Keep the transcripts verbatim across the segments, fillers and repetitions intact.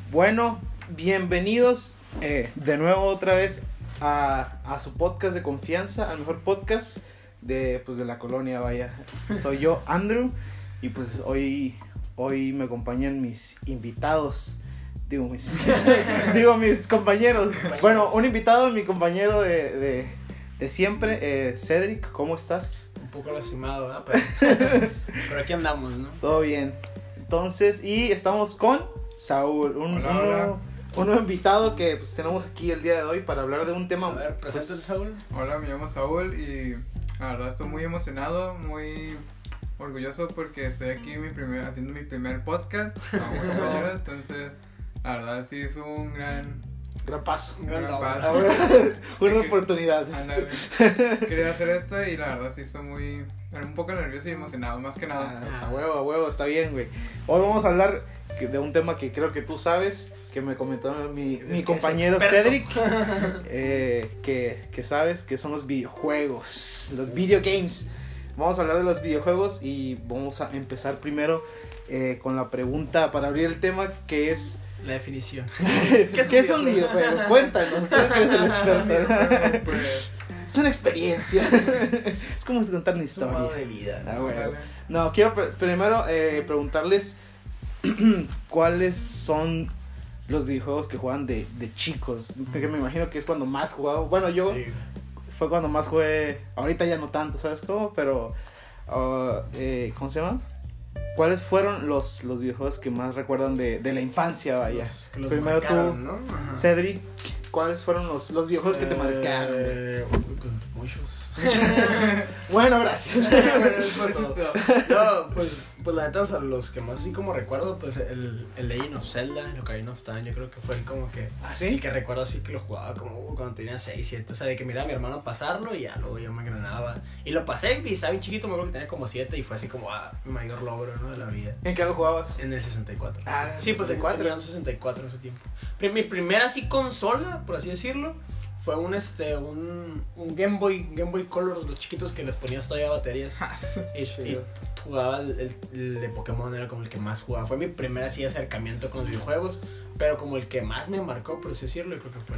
Bueno, bienvenidos eh, de nuevo otra vez a, a su podcast de confianza, al mejor podcast de, pues, de la colonia, vaya. Soy yo, Andrew, y pues hoy, hoy me acompañan mis invitados. Digo mis, digo mis compañeros. compañeros. Bueno, un invitado, mi compañero de, de, de siempre, eh, Cedric, ¿cómo estás? Un poco lastimado, ¿no? Pero, pero aquí andamos, ¿no? Todo bien. Entonces, y estamos con Saúl, un, hola, un, hola. Nuevo, un nuevo invitado que pues tenemos aquí el día de hoy para hablar de un tema. A ver, preséntate, pues, Saúl. Hola, me llamo Saúl y la verdad estoy muy emocionado, muy orgulloso porque estoy aquí mi primer, haciendo mi primer podcast. Entonces, la verdad sí es un gran, gran paso. un gran Gran paso. Una Que- oportunidad. Ándale. Quería hacer esto y la verdad sí estoy muy, un poco nervioso y emocionado, más que nada. Ah, a huevo, a huevo, está bien, güey. Hoy vamos a hablar que- de un tema que creo que tú sabes, que me comentó mi, Es mi que compañero es experto. Cedric, eh, que, que sabes que son los videojuegos, los video games. Vamos a hablar de los videojuegos y vamos a empezar primero eh, con la pregunta para abrir el tema, que es... La definición. ¿Qué es, ¿Qué es un videojuego? Cuéntanos, tú que eres el experto. Pues, Es una experiencia. Es como contar una Es un modo historia. de vida. Ah, güey. ándale. No, quiero pr- primero eh, preguntarles cuáles son los videojuegos que juegan de, de chicos. Porque me imagino que es cuando más jugaba. Bueno, yo Sí. fue cuando más jugué. Ahorita ya no tanto, ¿sabes cómo? Pero, uh, eh, ¿cómo se llama? ¿Cuáles fueron los, los videojuegos que más recuerdan de, de la infancia, vaya? Los, que los Primero marcaron, tú, ¿no? Ajá. Cedric, ¿cuáles fueron los, los videojuegos que te marcaron? Eh, pues, muchos. Bueno, gracias. Por eso Todo. está- No, pues, pues la neta, o sea, los que más así como recuerdo, pues el, el Legend of Zelda, el Ocarina of Time, yo creo que fue el como que ¿Ah, el sí? que recuerdo así que lo jugaba como uh, cuando tenía seis, siete, o sea, de que miraba a mi hermano pasarlo y ya luego yo me engranaba. Y lo pasé y estaba bien chiquito, me acuerdo que tenía como siete y fue así como ah, mi mayor logro, ¿no? De la vida. ¿En qué lo jugabas? En el sesenta y cuatro. Ah, en el sí, pues sesenta y cuatro. tenía un sesenta y cuatro en ese tiempo. Pero mi primera así consola, por así decirlo, fue un este un, un Game Boy, Game Boy Color, los chiquitos que les ponías todavía baterías. Y, y Chido. jugaba el, el- el de Pokémon, era como el que más jugaba. Fue mi primer así acercamiento con los videojuegos, pero como el que más me marcó, por así decirlo, yo creo que fue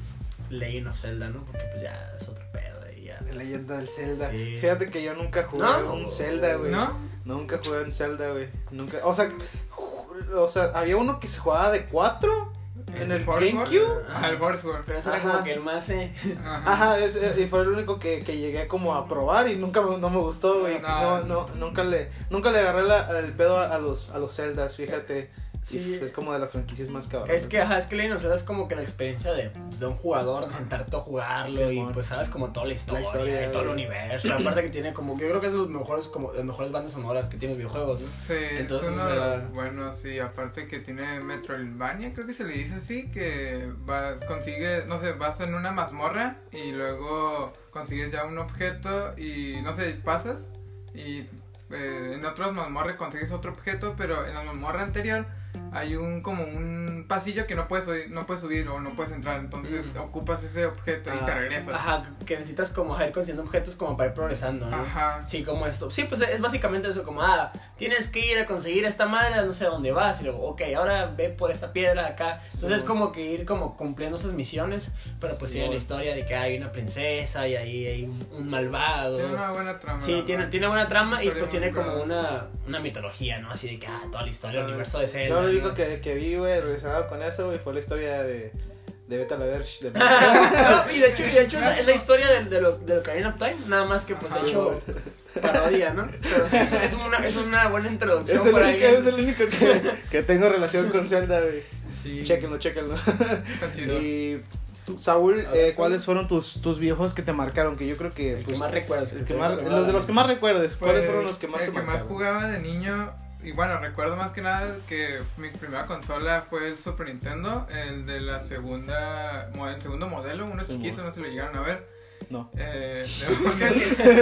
el Legend of Zelda, ¿no? Porque pues ya es otro pedo y ya. La leyenda del Zelda. Sí. Fíjate que yo nunca jugué ¿No? un Zelda, güey. ¿No? Nunca jugué un Zelda, güey. Nunca. O sea, ju- o sea, había uno que se jugaba de cuatro en el Force War. GameCube. Ajá, el Force War. Pero eso era Ajá. como que el más eh, Ajá. Ajá, es- eh, y fue el único que, que llegué como a probar y nunca me, no me gustó, güey. No, No. no, nunca le, nunca le agarré la- el pedo a, a los, a los Zeldas, fíjate. Sí. Y es como de las franquicias más cabronas. Es que, ajá, es que Legend of Zelda es como que la experiencia de, de un jugador, de sentarte a jugarlo Sí, y mon. pues sabes como toda la historia, La historia, y todo el güey. universo. Aparte que tiene como, yo creo que es de los mejores, como, de las mejores bandas sonoras que tienen los videojuegos, ¿no? Sí, Entonces, es uno o de sea- los buenos, sí, aparte que tiene Metroidvania, creo que se le dice así, que vas, consigues, no sé, vas en una mazmorra y luego consigues ya un objeto y, no sé, pasas y eh, en otras mazmorras consigues otro objeto, pero en la mazmorra anterior hay un como un pasillo que no puedes subir, no puedes subir o no puedes entrar, entonces Mm. ocupas ese objeto y te Ah, regresas. Ajá, que necesitas como ir consiguiendo objetos como para ir progresando, ¿no? Ajá. Sí, como esto. Sí, pues es básicamente eso, como, ah, tienes que ir a conseguir esta madre, no sé dónde vas, y luego, ok, ahora ve por esta piedra acá. Entonces Sí, es como que ir como cumpliendo estas misiones, pero pues Sí, tiene la bueno. historia de que hay una princesa y ahí hay un, un malvado. Tiene una buena trama. Sí, la tiene, verdad. tiene buena trama y Historia pues muy tiene como buena. una, una mitología, ¿no? Así de que, ah, toda la historia, el Ah, universo de Zelda. Yo lo único ¿no? que, que vi, güey, relacionado con eso, güey, fue la historia de, de Beta la Verge. De... No, y de hecho, y de hecho es, la, es la historia del, de lo, de Ocarina of Time, nada más que pues Ajá. hecho parodia, ¿no? Pero sí, es, es, una, es una buena Es introducción el para único, alguien. es el único que, que tengo relación con Zelda, güey. Sí. Chéquenlo, chéquenlo. Está chido. Y Saúl, A ver, eh, Saúl. ¿cuáles fueron tus, tus videojuegos que te marcaron? Que yo creo que... El que pues, más recuerdas. el el que te más- recuerdas. los de los que más recuerdes, ¿cuáles Pues, fueron los que más el te que más marcaron? jugaba de niño, y bueno, recuerdo más que nada que mi primera consola fue el Super Nintendo, el de la segunda, mo- el segundo modelo, uno Sí, chiquito, mo- no se lo llegaron a ver. No. Eh, Es el,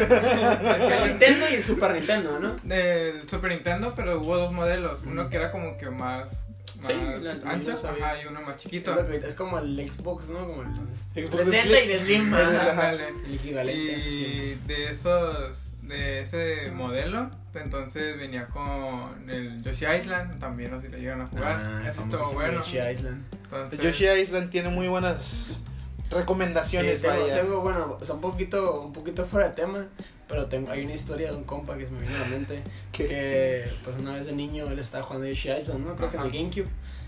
el Nintendo y el Super Nintendo, ¿no? del Super Nintendo, pero hubo dos modelos, uno que era como que más, más Sí, la- ancho, yo sabía. ajá, y uno más chiquito. Es, lo que- es como el Xbox, ¿no? Como el Xbox trescientos y Slim. el Slim. Ajá. ajá. Ándale. El equivalente a esos Y tiempos. de esos, de ese modelo, entonces venía con el Yoshi Island, también no sé si le llegan a jugar. Ah, Eso estuvo famosísimo bueno. Yoshi Island. Entonces, Yoshi Island tiene muy buenas recomendaciones, Sí, tengo, vaya. tengo, bueno, o sea, un poquito, un poquito fuera de tema, pero tengo, hay una historia de un compa que se me vino a la mente, ¿Qué? que pues una vez de niño él estaba jugando Yoshi Island, ¿no? Creo que en el Ajá. GameCube,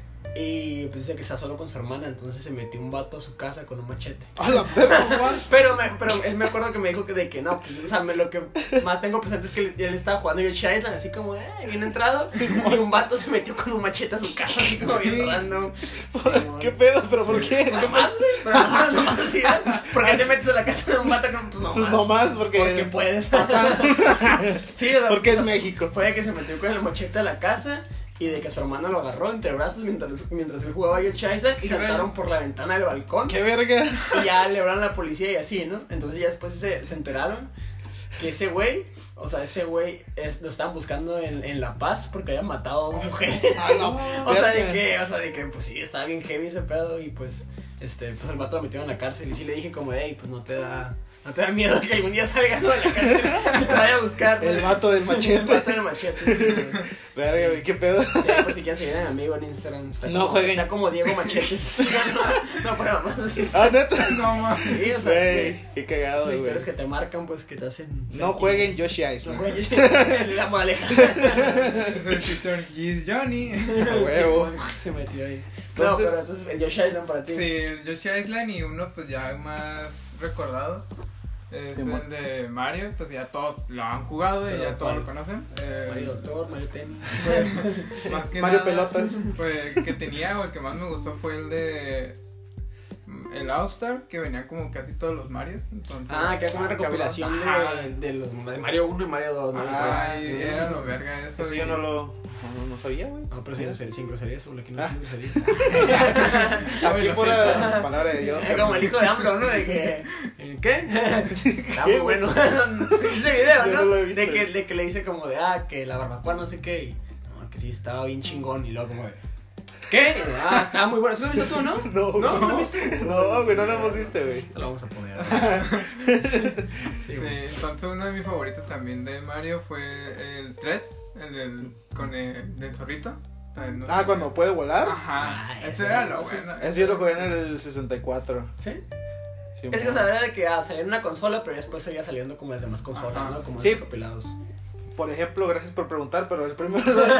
y pues dice que está solo con su hermana, entonces se metió un vato a su casa con un machete. A la perra, Juan. Pero, me, pero él me acuerdo que me dijo que de que no, pues, o sea, me, lo que más tengo presente es que él, él estaba jugando Yoshi Island, así como, eh, bien entrado, y un vato se metió con un machete a su casa, así como bien random. ¿Qué pedo? ¿Pero por qué? Pues nomás, güey, pero nomás, nomás así, ¿eh? ¿Por qué te metes a la casa de un vato con, pues nomás? No más, porque... Porque puedes. Pasando. Sí, o sea, Porque es México. fue de que se metió con el machete a la casa y de que su hermana lo agarró entre brazos mientras, mientras él jugaba Yoshi Island y Qué saltaron bello. por la ventana del balcón. ¡Qué verga! Y ya le hablaron a la policía y así, ¿no? Entonces ya después se, se enteraron que ese güey, o sea, ese güey es- lo estaban buscando en, en La Paz porque había matado a dos mujeres. A la O sea, de verga. que, o sea, de que, pues sí, estaba bien heavy ese pedo y pues, este, pues el vato lo metieron en la cárcel y sí le dije como, hey, pues no te da, no te da miedo que algún día salga, ¿no? de la cárcel y te vaya a buscar. ¿no? El vato del El machete. vato del machete, sí, güey. Verga, güey, ¿qué pedo? Sí, pues si quieren seguir a mi amigo en Instagram, está, No como, jueguen. está como Diego Machetes. no, no, pero más así. Ah, neta. no mames. Sí, o sea, Güey, es que qué cagado, son güey. historias que te marcan, pues, que te hacen... No jueguen Yoshi No Island. jueguen Yoshi. La moraleja. Es el Twitter Is Johnny. A huevo. Sí, se metió ahí. Entonces- no, pero entonces el Yoshi Island para ti. Sí, el Yoshi Island y uno pues ya más recordado es Sí, el mon. de Mario, pues ya todos lo han jugado y Pero, ya todos ¿cuál? lo conocen. Eh, Mario Doctor, Mario Tennis. más que Mario nada, Pelotas. Pues el que tenía o el que más me gustó fue el de mm, el All Star, que venía como casi todos los Marios. Entonces, Ah, que es una Ah, recopilación cabrón. de, de los de Mario uno y Mario dos, ¿no? Ah, Ay, sí, era sí. lo verga eso. Eso y- yo no lo... No, no sabía, güey. No, pero sí, no sé, sin groserías, sobre aquí no Ah. sin groserías. Aquí lo pura palabra de Dios. Es como el hijo de AMLO, ¿no? De que. ¿eh, ¿Qué? Está ¿Qué, muy güey? bueno. Ese video, Yo ¿no? no lo he visto. de, que, de que le dice como de, ah, que la barbacoa no sé qué. Y, no, que sí, estaba bien chingón. Y luego como de, ¿qué? Y, ah, estaba muy bueno. ¿Eso lo viste tú, no? No, ¿No? no. ¿No lo viste? No, güey, no lo hemos visto, güey. Te lo vamos a poner. Sí, Sí, güey. entonces uno de mis favoritos también de Mario fue el tres, el del, con el del zorrito. Ay, no Ah, sé. cuando puede volar. Ajá, Ah, ese ese era era lo hermoso. bueno. Eso yo lo jugué en el sesenta y cuatro. ¿Sí? Sí, Es que, o sea, era de que ah, salía en una consola, pero después seguía saliendo como las demás consolas, Ajá. ¿no? Como Sí. los recopilados. Por ejemplo, gracias por preguntar, pero el primero...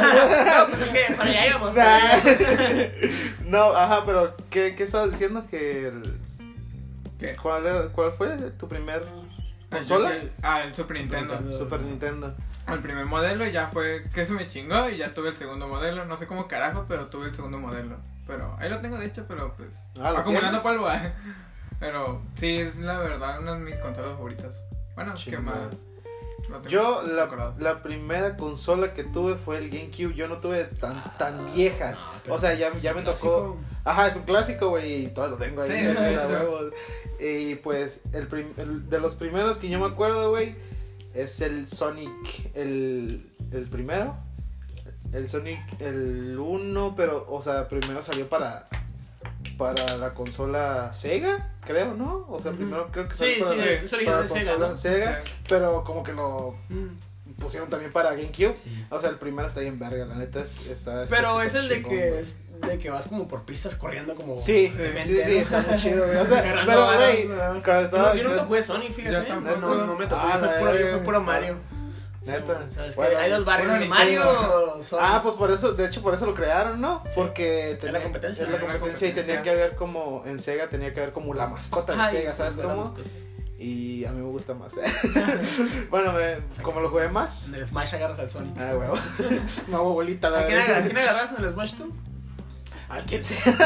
No, pues es que para allá íbamos. para allá íbamos. No, ajá, pero ¿qué, qué estabas diciendo? Que el... ¿Qué? ¿Cuál, era- ¿Cuál fue tu primer El consola? Yoshi- Ah, el Super Super Nintendo. Nintendo. Super Nintendo. El primer modelo ya fue que eso me chingó y ya tuve el segundo modelo. No sé cómo carajo, pero tuve el segundo modelo. Pero ahí lo tengo de hecho, pero pues Ah, ¿lo acumulando tienes? polvo. ¿eh? Pero sí, es la verdad una de mis consolas favoritas. Bueno, ¿qué Chingón. más? No tengo Yo, la, recordado. la primera consola que tuve fue el GameCube. Yo no tuve tan, tan Ah, viejas. no, pero O sea, ya, ya me tocó. clásico. Ajá, es un clásico, güey, y todo lo tengo ahí. Sí, a de hecho. huevo. Y pues, el, prim- el- de los primeros que yo me acuerdo, güey, es el Sonic, el, el primero. El Sonic, el uno, pero, o sea, primero salió para, para la consola Sega, creo, ¿no? O sea, Ujú. primero creo que Sí, salió sí, para, es original para de Sega, consola ¿no? Sega, Sí. pero como que lo Mm, pusieron también para GameCube. sí. O sea, el primero está bien verga, la neta es- está... está Pero súper es el de chingón, que güey. es de que vas como por pistas corriendo como Sí, sí, demente, sí, sí, ¿no? está muy chido, güey. O sea, Agarrando pero, varas, güey, ¿no? cuando estaba... Yo, yo nunca jugué Sonic, fíjate. Yo tampoco. No, no me tocó. Ah, yo, fui la puro, yo verga. fui puro Mario. Neta. Sí, o sea, es que Bueno, hay dos barrios, bueno, Mario Nintendo. Sonic. Ah, pues por eso, de hecho por eso lo crearon, ¿no? Sí. Porque Es tenía, la competencia. es la Era la competencia y tenía competencia. que haber como, en Sega tenía que haber como la mascota de Ay, Sega, ¿sabes fue la cómo? mascota. Y a mí me gusta más. Bueno, me, como lo jugué más. En el Smash agarras al Sonic. Ah, huevo. Una bolita, la ¿A quién, verdad. agar- ¿A quién agarras en el Smash tú? Al quien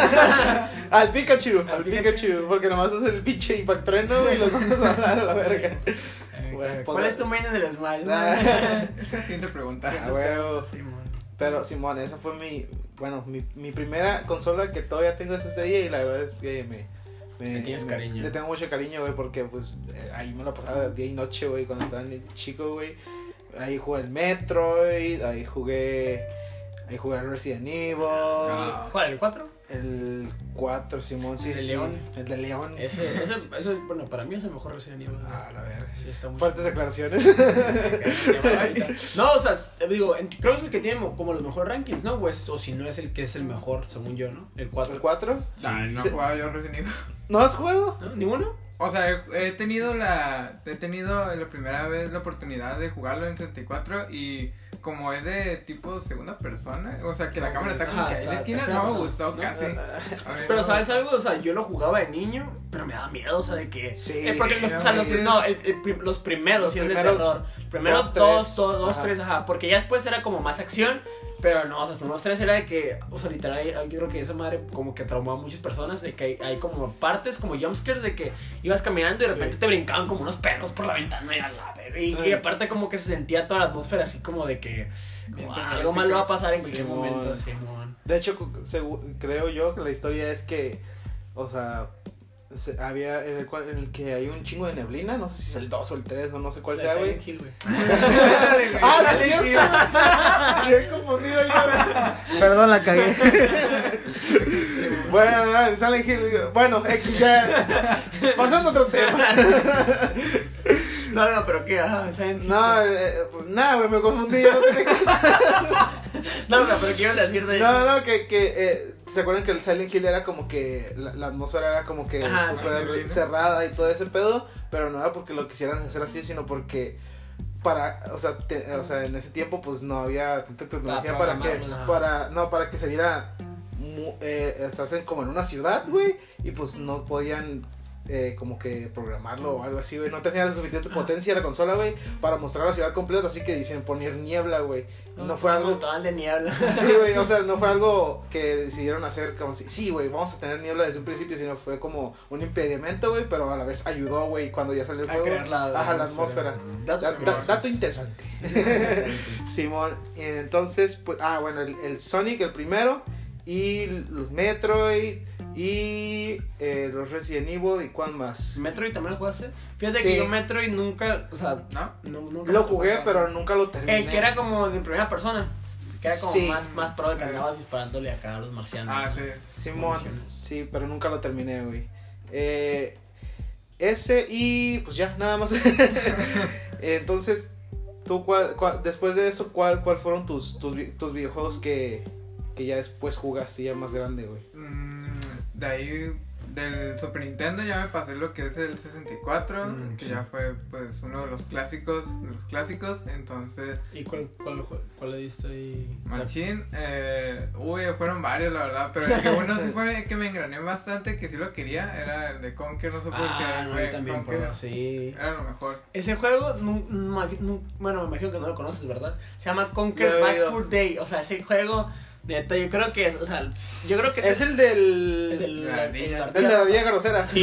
sea. Al Pikachu, Al al Pikachu, Pikachu, sí. porque nomás es el pinche impactrueno y los vamos a dar a la verga. Eh, Bueno, ¿Cuál pues- es tu main en el Smash? Ah. Esa es la siguiente pregunta. Ah, huevo. Sí, man. Pero Simón, esa fue mi, bueno, mi, mi primera consola que todavía tengo hasta este día y la verdad es que me... me Le tienes me- cariño. Le tengo mucho cariño, güey, porque pues eh, ahí me lo pasaba día y noche, güey, cuando estaba chico, güey. Ahí jugué el Metroid, ahí jugué, ahí jugué el Resident Evil. Ah. ¿Cuál? ¿El cuatro? El cuatro, Simón, sí, El de sí. León. El de León. Ese, ese, ese, bueno, para mí es el mejor Resident Evil. Ah, la verga. Sí, está muy Fuertes declaraciones. No, o sea, digo, en- creo que es el que tiene como los mejores rankings, ¿no? O, es- o si no es el que es el mejor, según yo, ¿no? El cuatro. ¿El cuatro? Nah, no Sí. he jugado yo Resident Evil. ¿No has jugado? ¿No? ¿Ninguno? O sea, he, he tenido la he tenido la primera vez la oportunidad de jugarlo en sesenta y cuatro y como es de tipo segunda persona, o sea, que la cámara está como Ajá, que ahí en la está- esquina, tercera no me persona, gustó ¿no? casi. A mí Pero no. ¿sabes algo? O sea, yo lo jugaba de niño, pero me daba miedo, o sea, de que... Sí, es porque los, o sea, los, sí. no, el- el prim- los primeros Los sí eran de primeros terror. Primeros dos, dos, tres, dos, dos, ajá. tres, ajá. Porque ya después era como más acción, pero no, o sea, los primeros tres era de que, o sea, literal, hay- yo creo que esa madre como que traumó a muchas personas, de que hay, hay como partes, como jumpscares, de que ibas caminando y de repente Sí. te brincaban como unos perros por la ventana y a la verga, y, y Ay. aparte como que se sentía toda la atmósfera así como de que Bien como, ah, algo malo va a pasar en cualquier Simón. momento, Simón. De hecho, cu- segu- creo yo que la historia es que, o sea, se- había en el, cual, en el que hay un chingo de neblina, no sé si es el dos o el tres o no sé cuál La sea, güey. Silent Hill, güey. Ah, ¿sí es cierto? Bien confundido yo. Perdón, la cagué. Bueno, no, Silent Hill, bueno, X, ya. Pasando a otro tema. No, no, pero qué, ajá, Silent Hill. No, eh, nada, güey, me confundí, yo no sé qué cosa. No, no, pero qué ibas a decir de No, no, que, que eh, ¿se acuerdan que el Silent Hill era como que la, la atmósfera era como que Ajá, súper sí. cerrada y todo ese pedo? Pero no era porque lo quisieran hacer así, sino porque para, o sea, te- o sea, en ese tiempo pues no había tanta tecnología para, que, programarlo, ajá. para, no, para que se viera, mu- eh, estás en, como en una ciudad, güey, y pues no podían eh, como que programarlo o algo así, güey, no tenía la suficiente potencia la consola, güey, para mostrar la ciudad completa, así que dicen poner niebla, güey, no fue algo. Total de niebla. Sí, güey, o sea, no fue algo que decidieron hacer como si, sí, güey, vamos a tener niebla desde un principio, sino fue como un impedimento, güey, pero a la vez ayudó, güey, cuando ya salió el A juego. crear la, Ajá, la atmósfera. Datos Da- da- curiosos. dato interesante. Simón, entonces, pues, ah, bueno, el, el Sonic, el primero, y los Metroid, y eh, los Resident Evil, y cuál más. ¿Metroid también lo jugaste? Fíjate Sí. que yo Metroid nunca, o sea, ¿No? no, nunca Lo jugué, pero nunca lo terminé. El que era como de primera persona. Que era como Sí. más, más pro de que Sí. andabas disparándole acá a los marcianos. Ah, sí. Simón, Municiones. sí, pero nunca lo terminé, güey. Eh, ese y pues ya, nada más. Entonces, tú, cuál, cuál- después de eso, ¿cuál, cuál fueron tus, tus, vi- tus videojuegos que, que ya después jugaste ya más grande, güey? Mm, de ahí, del Super Nintendo ya me pasé lo que es el sesenta y cuatro, Mm, que sí. ya fue pues uno de los clásicos, de los clásicos, entonces ¿Y cuál, cuál, cuál le diste ahí? O sea, Machine, eh, uy, fueron varios la verdad, pero el que uno sí fue el que me engrané bastante, que sí lo quería, era el de Conker, no sé por qué, ah, no, güey, yo también, Conker pero sí. era lo mejor. Ese juego, nu- nu- nu- bueno, me imagino que no lo conoces, ¿verdad? Se llama Conquer Lo he Bad oído. Fur Day. O sea, ese juego, neta, yo creo que es, o sea, yo creo que Es el del... el del- la el- niña. el- el de la Día Grosera. Sí,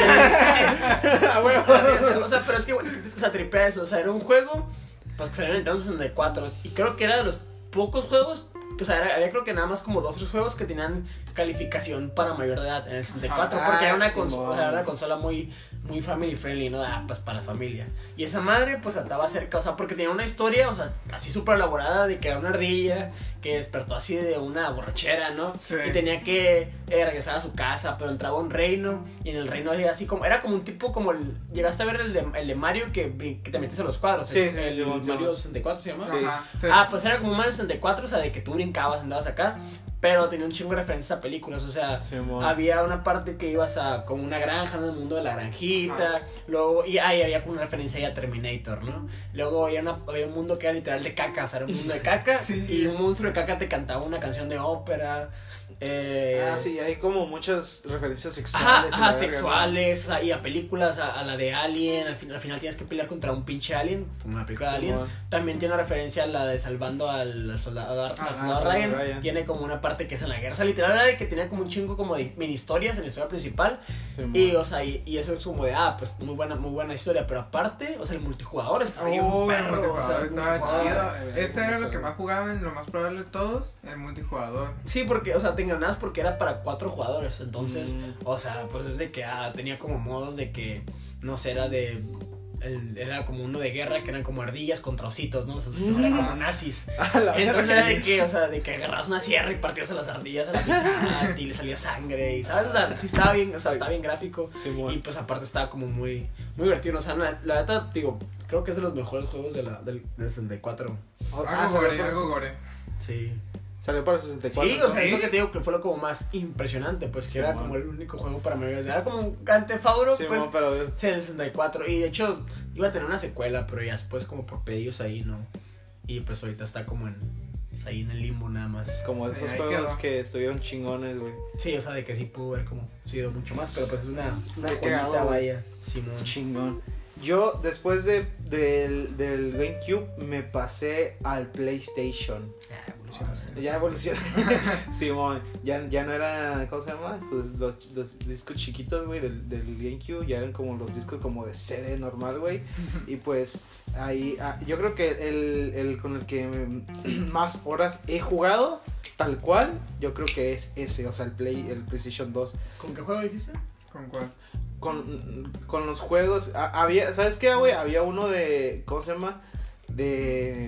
A huevo. o sea, pero es que, güey, o sea, tripea eso. O sea, era un juego, pues que salió en el Nintendo sesenta y cuatro. Y creo que era de los pocos juegos, o sea, era- había creo que nada más como dos o tres juegos que tenían calificación para mayor de edad en el sesenta y cuatro. Ah, Porque era una, Simón. consola, era una consola muy, muy family friendly, ¿no? Ah, pues para la familia. Y esa madre, pues estaba cerca, o sea, porque tenía una historia, o sea, así súper elaborada de que era una ardilla que despertó así de una borrachera, ¿no? Sí. Y tenía que eh, regresar a su casa, pero entraba a un reino, y en el reino había así como, era como un tipo como el, llegaste a ver el de, el de Mario que, brin- que te metes a los cuadros, Sí, el, sí, el sí, sí, Mario sí. sesenta y cuatro se llama. Sí. Ajá, sí. Ah, pues era como un Mario sesenta y cuatro, o sea, de que tú brincabas, andabas acá, pero tenía un chingo de referencias a películas, o sea, Simón. había una parte que ibas a como una granja, en el mundo de la granjita, luego, y ahí había como una referencia ahí a Terminator, ¿no? Luego había, una, había un mundo que era literal de caca, o sea, era un mundo de caca, Sí. y un monstruo de caca te cantaba una canción de ópera, eh... Ah, sí, hay como muchas referencias Ajá, sexuales. y ajá, la verga, sexuales, o sea, y a películas, a, a la de Alien, al, fin, al final tienes que pelear contra un pinche alien, como la película de Alien. Simón. También tiene una referencia a la de Salvando al, al soldado, al Ah, soldado Soldado Ryan. Ryan. Tiene como una parte que es en la guerra, o sea, literal era de que tenía como un chingo como de mini historias en la historia principal. Simón. Y, o sea, y, y eso es como de, ah, pues muy buena, muy buena historia, pero aparte, o sea, el multijugador está bien Oh, el perro, o sea, multijugador el estaba multijugador. chido. eh, Ese era lo vamos a que ver. más jugaban, lo más probable de todos, el multijugador. Sí, porque, o sea, te enganabas porque era para cuatro jugadores, entonces, Mm. o sea, pues es de que, ah, tenía como modos de que, no sé, era de el, era como uno de guerra que eran como ardillas contra ositos, ¿no? Los ositos eran como nazis. A la Entonces verga. era de que, o sea, de que agarrabas una sierra y partías a las ardillas a la mitad y le salía sangre y, ¿sabes? O sea, sí estaba bien, o sea, estaba bien gráfico. Simón. Y pues aparte estaba como muy, muy divertido. O sea, la, la neta, digo, creo que es de los mejores juegos de la, del, del sesenta y cuatro. Ah, Algo gore, salió para- algo gore. Sí. Salió para sesenta y cuatro. Sí, o sea, ¿sí? es lo que te digo que fue lo como más impresionante, pues que Sí, era man. como el único juego para mayores de edad. Era como un Grand Theft Auto, Sí, pues. mo, pero Sí, el sesenta y cuatro. Y de hecho, iba a tener una secuela, pero ya después, como por pedidos ahí, ¿no? Y pues ahorita está como en. Pues, ahí en el limbo nada más. como esos Ahí juegos quedó. que estuvieron chingones, güey. Sí, o sea, de que sí pudo haber como sido mucho más, pero pues es una, una Qué cagado, joyita, güey. vaya. Simón. Chingón. Yo, después de, del, del GameCube, me pasé al PlayStation. Ya, evolucionaste. Ya evolucioné. Simón, ya, ya no era, ¿cómo se llama? Pues los, los discos chiquitos, güey, del, del GameCube. Ya eran como los discos como de C D normal, güey. Y pues ahí, ah, yo creo que el, el con el que más horas he jugado, tal cual, yo creo que es ese, o sea, el Play, el PlayStation dos. ¿Con qué juego dijiste? ¿Con cuál? Con, con los juegos, a- había, ¿sabes qué, güey? Había uno de, ¿cómo se llama? De,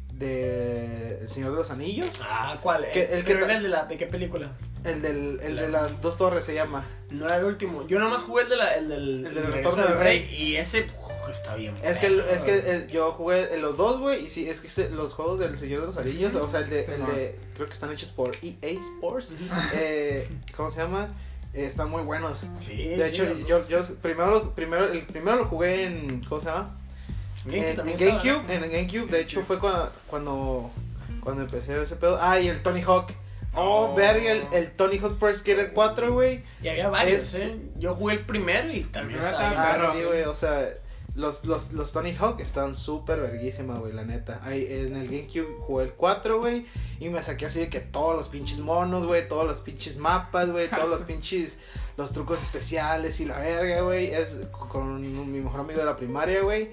de El Señor de los Anillos. Ah, ¿cuál? Que- el el que pero ta- era el de la, ¿de qué película? El del, el de las dos torres se llama. No era el último. Yo nomás jugué el, de la, el del El del Regreso Retorno del Rey. Y ese uf, está bien. Es que, el- perro, es que güey. el- yo jugué en los dos, güey, y sí, es que este- los juegos del Señor de los Anillos, o sea, el de, Sí, el man. de creo que están hechos por E A Sports, eh, ¿cómo se llama? Eh, están muy buenos. Sí, De hecho, sí, los yo, dos. yo primero, lo- primero, el primero lo jugué en, ¿cómo se llama? GameCube En, también en estaba, GameCube, ¿no? en GameCube, de hecho fue cuando, cuando, cuando empecé ese pedo. Ah, y el Tony Hawk. Oh, Oh. verga, el, el Tony Hawk Pro Skater cuatro, güey. Y había varios, Es- ¿eh? Yo jugué el primero y también El primero estaba bien. estaba Ah, perro. sí, güey, o sea, los, los, los Tony Hawk están súper verguísima, güey, la neta. Ahí, en el GameCube jugué el cuatro, güey, y me saqué así de que todos los pinches monos, güey, todos los pinches mapas, güey, todos los pinches, los trucos especiales y la verga, güey, es con mi mejor amigo de la primaria, güey,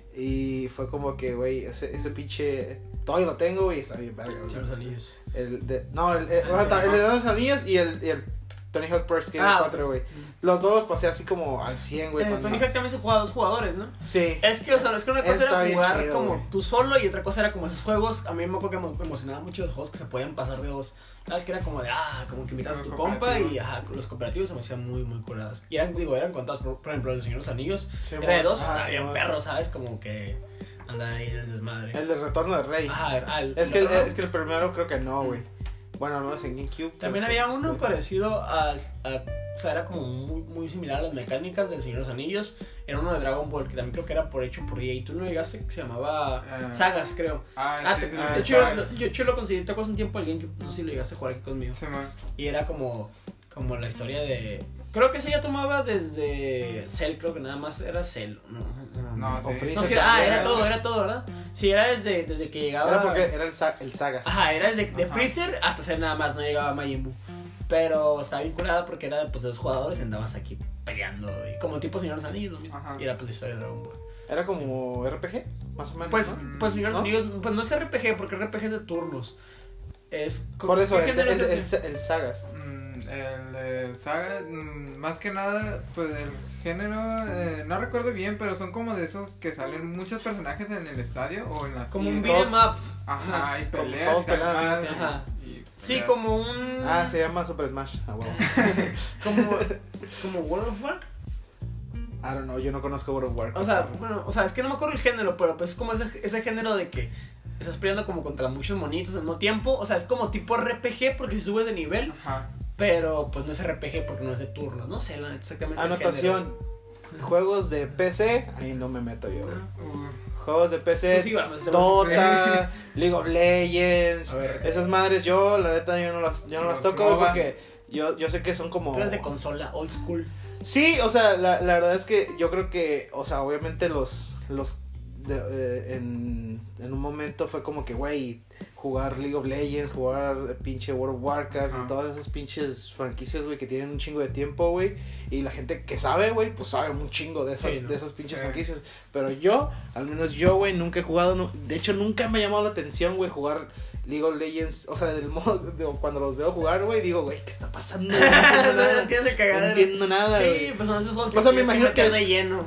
y fue como que, güey, ese, ese pinche, todavía lo tengo, güey, está bien verga, güey. Señor de los Anillos. El de, no, el, el, Ah, el, el de los anillos y el, y el Tony Hawk Pro Skater Ah, cuatro, güey. Los dos los pasé así como al cien, güey. Eh, cuando- Tony Hawk también se juega a dos jugadores, ¿no? Sí. Es que, o sea, es que una cosa Está era bien jugar chido, como güey. tú solo y otra cosa era como esos juegos. A mí me acuerdo que me emocionaba mucho los juegos que se podían pasar de dos. ¿Sabes? Que era como de, ah, como que invitas a Los tu compa y cooperativos. ajá, los cooperativos se me hacían muy, muy curados. Y eran, digo, eran contados, por, por ejemplo, el Señor de los Anillos. Sí, Era de dos, ah, estaba sí, bien man. perro, ¿sabes? Como que andan ahí en el desmadre. El de Retorno del Rey. Ajá, ah, el- Es que, el, el otro, es que el primero creo que no, güey. Bueno, al menos en GameCube. También creo había que- uno parecido al, a, o sea, era como muy, muy similar a las mecánicas del Señor de los Anillos. Era uno de Dragon Ball, que también creo que era por hecho por E A. Tú no llegaste, que se llamaba Ah. Sagas, creo. Ah, Ah, sí, te- sí, ah, de sí, hecho, sabes. yo, yo lo conseguí, te acuerdas un tiempo el GameCube, no sé si lo llegaste a jugar aquí conmigo. Sí, man. Y era como, como la historia de... Creo que ese ya tomaba desde Cell, creo que nada más era Cell. No, no, No, O sí. Freezer No, sí, era, ah, también, era ¿no? todo, era todo, ¿verdad? Sí, era desde, desde que llegaba... Era porque era el, sa- el Sagas. Ajá, era desde de Ajá. Freezer hasta Cell nada más, no llegaba a Majin Buu. Pero estaba vinculada porque era pues, de dos jugadores y andabas aquí peleando. Y como tipo Señor de los Anillos, lo mismo. Ajá. Y era pues la historia de Dragon Ball. Era como R P G, más o menos. Pues, ¿no? pues Señor de los ¿No? Anillos, pues no es R P G, porque R P G es de turnos. Es como- Por eso, ¿qué el, género el, es el, ese? el- el Sagas. Mm, El eh, saga, mm, más que nada, pues el género, eh, no recuerdo bien, pero son como de esos que salen muchos personajes en el estadio o en las Como un islas. beat'em up. Ajá, y Como peleas, todos pelean al calmadas, mismo tiempo. y Sí, peleas. como un... Ah, se llama Super Smash. Ah, bueno. Como, como World of Warcraft. I don't know, yo no conozco World of Warcraft. O sea, bueno, o sea, es que no me acuerdo el género, pero pues es como ese, ese género de que estás peleando como contra muchos monitos al mismo tiempo. O sea, es como tipo R P G porque subes de nivel, Ajá. pero pues no es R P G porque no es de turnos. No sé la- exactamente el Anotación. Juegos de P C, ahí no me meto yo, güey. género. Uh, Juegos de P C, Pues sí, vamos, estamos- Dota, League of Legends, A ver. esas madres yo, la neta, yo no las, yo no las Los toco güey, MOBA. porque yo, yo sé que son como... Tú eres de consola, old school. Sí, o sea, la, la verdad es que yo creo que, o sea, obviamente los, los, de, eh, en, en un momento fue como que, güey, jugar League of Legends, jugar eh, pinche World of Warcraft Ajá. y todas esas pinches franquicias, güey, que tienen un chingo de tiempo, güey, y la gente que sabe, güey, pues sabe un chingo de esas, Sí, ¿no? de esas pinches Sí. franquicias, pero yo, al menos yo, güey, nunca he jugado, no- de hecho nunca me ha llamado la atención, güey, jugar League of Legends, o sea, del modo, de- cuando los veo jugar, güey, digo, güey, ¿qué está pasando? No entiendo no nada. entiendes el No cagadero. entiendo nada, Sí, güey. pues son esos juegos que O sea, me tienes imagino que meter es- de lleno.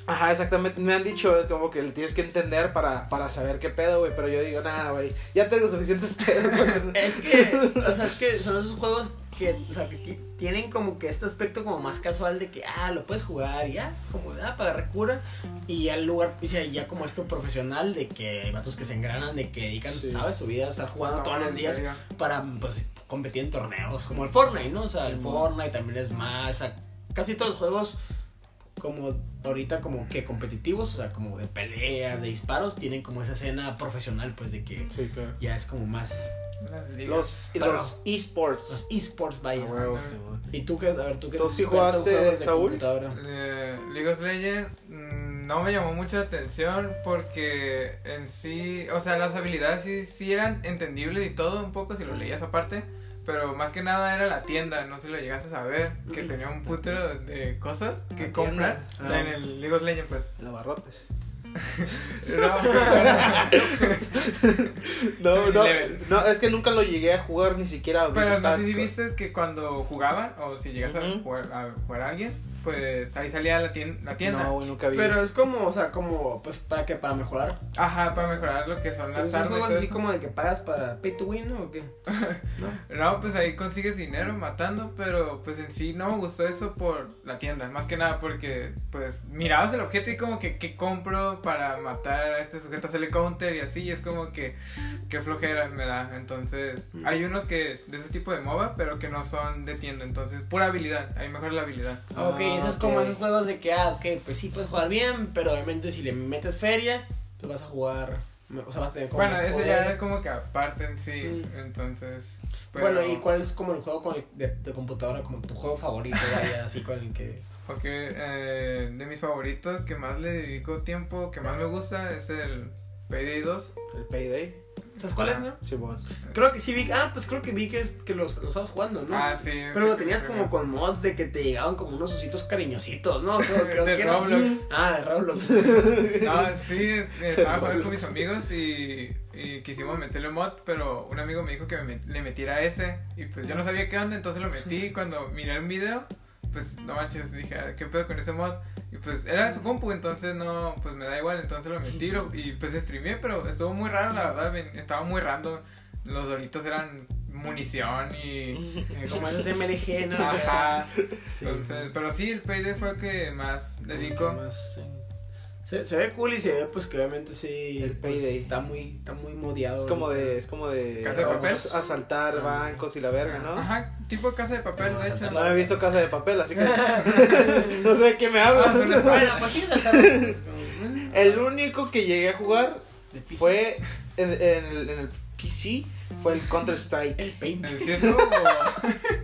Ajá, exactamente, me han dicho como que le tienes que entender para, para saber qué pedo, güey, pero yo digo, nada, güey, ya tengo suficientes pedos, güey. Es que, o sea, es que son esos juegos que, o sea, que t- tienen como que este aspecto como más casual de que, ah, lo puedes jugar y ya, como, ah, para recura, y ya el lugar, y ya, ya como esto profesional de que hay vatos que se engranan, de que dedican, Sí. ¿sabes? Su vida a estar jugando No, todos los en días serio. para, pues, competir en torneos, como el Fortnite, ¿no? O sea, Sí, el man. Fortnite también es más, o sea, casi todos los juegos como ahorita como que competitivos, o sea, como de peleas, de disparos, tienen como esa escena profesional, pues, de que Sí, claro. ya es como más Las ligas. Los, y Pero- los esports. los esports, vaya. A huevo, sí, güey. ¿Y tú qué? A ver, ¿tú qué ¿Tú eres sí experto en jugaste, juegos de Saúl? computadora? Eh, League of Legends mm, no me llamó mucha atención porque en sí, o sea, las habilidades sí, sí eran entendibles y todo un poco si lo leías aparte, pero más que nada era la tienda, no sé si lo llegaste a saber, que tenía un putero de cosas que La comprar tienda. en el League of Legends, pues. En abarrotes. No, No, no, Seven-Eleven. no, es que nunca lo llegué a jugar ni siquiera. pero no sé si tanto. viste que cuando jugaban o si llegaste a Ujú. jugar a jugar a alguien, pues ahí salía la tienda. La tienda. No, güey, nunca vi. Pero es como, o sea, como, pues, ¿para qué? ¿Para mejorar? Ajá, para mejorar lo que son Pero las esos armas. y juegos todo así eso. como de que pagas para pay to win, ¿no? ¿O qué? ¿No? No, pues ahí consigues dinero matando, pero pues en sí no me gustó eso por la tienda, más que nada porque pues mirabas el objeto y como que qué compro para matar a este sujeto, hacerle counter y así, y es como que qué flojera me da, entonces Mm. hay unos que de ese tipo de MOBA, pero que no son de tienda, entonces pura habilidad, ahí mejor la habilidad. Ah, ok, eso es ok. como esos juegos de que, ah, ok, pues sí puedes jugar bien, pero obviamente si le metes feria, pues vas a jugar, o sea, vas a tener como Bueno, más eso ya poderes. es como que aparte en sí, Mm. entonces... pero- Bueno, ¿y cuál es como el juego con el- de, de computadora, como tu juego favorito, vaya, así con el que... Ok, eh, de mis favoritos que más le dedico tiempo, que más me gusta es el Payday dos. El Payday. ¿Sabes cuál es, Ah. no? Sí, bueno. Creo que sí vi, ah, pues creo que vi que, es, que los, los estabas jugando, ¿no? Ah, sí. Pero lo sí, tenías sí, como sí. con mods de que te llegaban como unos ositos cariñositos, ¿no? Creo, creo De que era- Roblox. Ah, de Roblox. No, sí, eh, estaba jugando con mis amigos y, y quisimos meterle mod, pero un amigo me dijo que me met- le metiera ese y pues yo no sabía qué onda, entonces lo metí y cuando miré un video, pues no manches, dije, "Ah, ¿qué pedo con ese mod?" Y pues era de su compu, entonces no, pues me da igual, entonces lo metí lo- y pues streameé, pero estuvo muy raro, la verdad, ven- estaba muy random, los doritos eran munición y... Eh, Como esos M L G, ¿no? Ajá, Sí. entonces, pero sí, el Payday fue el que más dedico. Más, sí. Se, se ve cool y se ve pues que obviamente sí El pues, Payday. está muy está muy modiado. Es como de, es como de, ¿Casa de papel? vamos a asaltar Ah. bancos y la verga, ¿no? Ajá, tipo casa de papel, No, de hecho. No he visto Casa de Papel, así que no sé de qué me hablas. Ah, pero- Bueno, pues sí, saltaron. pues, como, eh, El único que llegué a jugar de P C. fue en, en el, en el P C, fue el Counter Strike. el Paint. ¿El C S G O o...?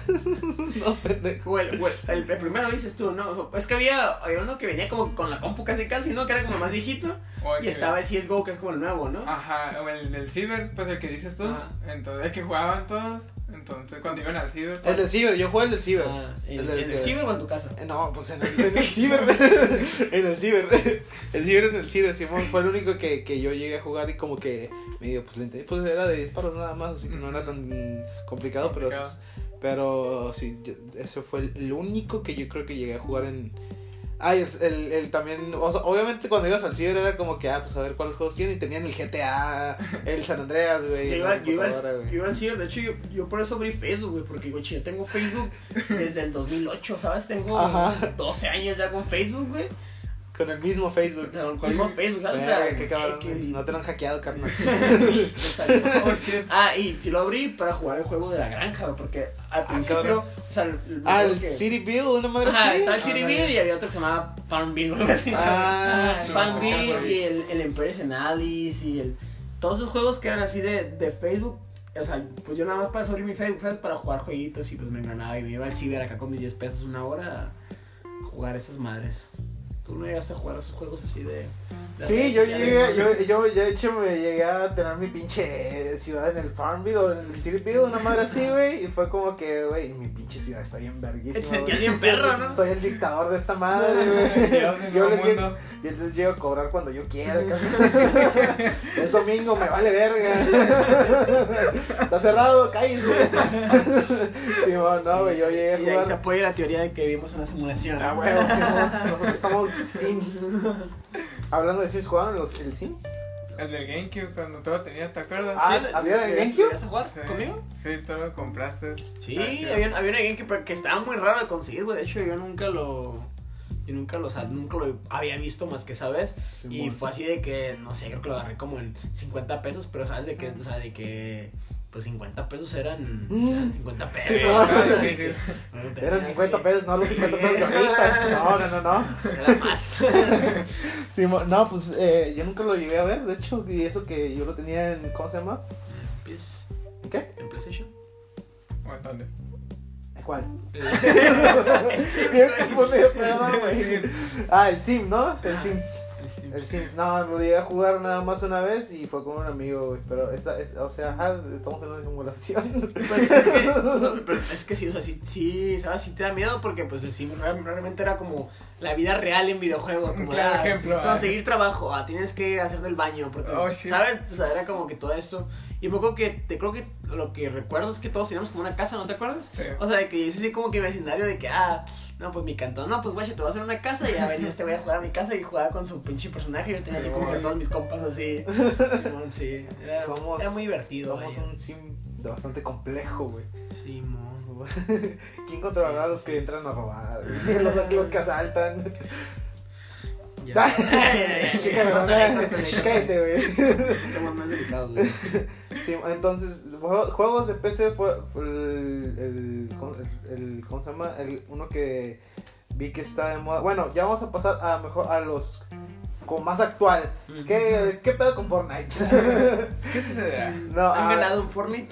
No, pendejo. O el, o el, el- el primero dices tú, ¿no? Es que había, había uno que venía como con la compu casi casi, ¿no? Que era como más viejito. o el Y que- estaba el C S G O, que es como el nuevo, ¿no? Ajá, o el del ciber, pues el que dices tú. Ajá. Entonces, el que jugaban todos. Entonces, cuando iban al ciber. El pues, del Ciber, yo jugué el del Ciber. Ah, ¿en, El el, del en el que- ciber o en tu casa? Eh, No, pues en el, en el Ciber. En el Ciber. El Ciber en el Ciber, Simón. Fue el único que, que yo llegué a jugar y como que medio, pues le entendí. Pues era de disparos nada más, así que no era tan complicado, pero Complicado. pero sí, yo- ese fue el, el único que yo creo que llegué a jugar en. Ah, y el, el, el también, o sea, obviamente cuando ibas al ciber era como que, ah, pues a ver cuáles juegos tienen, y tenían el G T A, el San Andreas, güey, Yo en iba, la yo, iba, computadora, yo güey. iba al ciber, de hecho yo, yo por eso abrí Facebook, güey, porque digo, yo tengo Facebook desde el dos mil ocho, ¿sabes? Tengo Ajá. doce años ya con Facebook, güey. Con el mismo Facebook. O sea, con el mismo Facebook, ¿sabes? O sea, Verga, qué cabrón, que- no te lo han hackeado, carnal. me salió. Oh, shit. Ah, y yo lo abrí para jugar el juego de la granja, güey, porque al principio, cabrón. o sea, el, el Ah, juego el que- City Build, una madre Ajá, así. está el City Ah, Build ya. y había otro que se llamaba Farmville, algo así. Ah, sí, Farmville sí, y el, el Empress en Alice y el... Todos esos juegos que eran así de, de Facebook, o sea, pues yo nada más para abrir mi Facebook, ¿sabes? Para jugar jueguitos y pues me engranaba y me iba al ciber acá con mis diez pesos una hora a jugar esas madres. ¿Tú no llegaste a jugar esos juegos así de...? de Sí, redes yo sociales, llegué, no? yo, yo ya de hecho me llegué a tener mi pinche ciudad en el Farmville o en el City Build, una madre así, güey, y fue como que, güey, mi pinche ciudad está bien verguísima, Te sentías güey. bien Soy- perro, ¿no? Soy el dictador de esta madre, güey. Dios, el Yo nuevo les llego, mundo. yo les llego a cobrar cuando yo quiera, cabrón. Es domingo, me vale verga. Está cerrado, cállese. Sí, bueno, no, güey, yo llegué a Y ahí se jugar. apoya la teoría de que vivimos una simulación. Ah, güey, sí, no, nosotros somos Sims. Hablando de Sims, ¿jugaron los, el Sims? El del GameCube, cuando todo tenía, ¿te acuerdas? Ah, ¿había de GameCube? ¿Vas a jugar Sí, conmigo? Sí, tú lo compraste. Sí, Ah, sí. había, había una GameCube que estaba muy raro de conseguir, güey. De hecho, yo nunca lo... Yo nunca lo, o sea, nunca lo había visto más que esa vez. Sí, Y bueno. fue así de que, no sé, creo que lo agarré como en cincuenta pesos. Pero sabes de que, o sea, de que... Pues cincuenta pesos eran, eran cincuenta pesos. Sí, ¿no? claro, De sí, que, sí. bueno, Eran tenías cincuenta que- pesos, no los cincuenta pesos de ahorita. No, no, no, no. Era más. Sí, mo- no, pues eh, yo nunca lo llegué a ver, de hecho, y eso que yo lo tenía en, ¿cómo se llama? Pues, ¿En qué? ¿En PlayStation? Bueno, ¿dónde? ¿En cuál? Sí, Bien güey. confundido, perdón, güey. Ah, el Sim, ¿no? El Ah. Sims. El Sims, no, lo llegué a jugar nada más una vez y fue con un amigo, güey. Pero, esta, es, o sea, ajá, estamos en una simulación. Pero es, que, o sea, pero es que sí, o sea, sí, sí, ¿sabes? Sí te da miedo porque pues el sim real- realmente era como la vida real en videojuego. Como, Un claro ah, ejemplo, conseguir trabajo, ah, tienes que hacer del baño, porque, Oh, shit. ¿sabes? O sea, era como que todo esto. Y me acuerdo que, te creo que lo que recuerdo es que todos teníamos como una casa, ¿no te acuerdas? Sí. O sea, de que yo hice así como que vecindario de que, ah, no, pues mi cantón, no, pues guache, te voy a hacer una casa y ya venía este voy a jugar a mi casa y jugaba con su pinche personaje y yo tenía así como que Simón. todos mis compas así. Simón, sí, era, Somos, era muy divertido. Somos vaya. un Sim de bastante complejo, güey. Simón. ¿Quién controlará a los que entran a robar? güey? Los, los que asaltan. Ya. Qué cabrón, eh. Cállate, güey. Estamos más delicados, güey. Sí, entonces, jue- juegos de P C fue, fue el, el, el, el- ¿cómo se llama? El, uno que vi que está de moda. Bueno, ya vamos a pasar a mejor a los como más actual. ¿Qué, qué pedo con Fortnite? ¿Qué sucederá? No, ¿Han ah, ganado un Fortnite?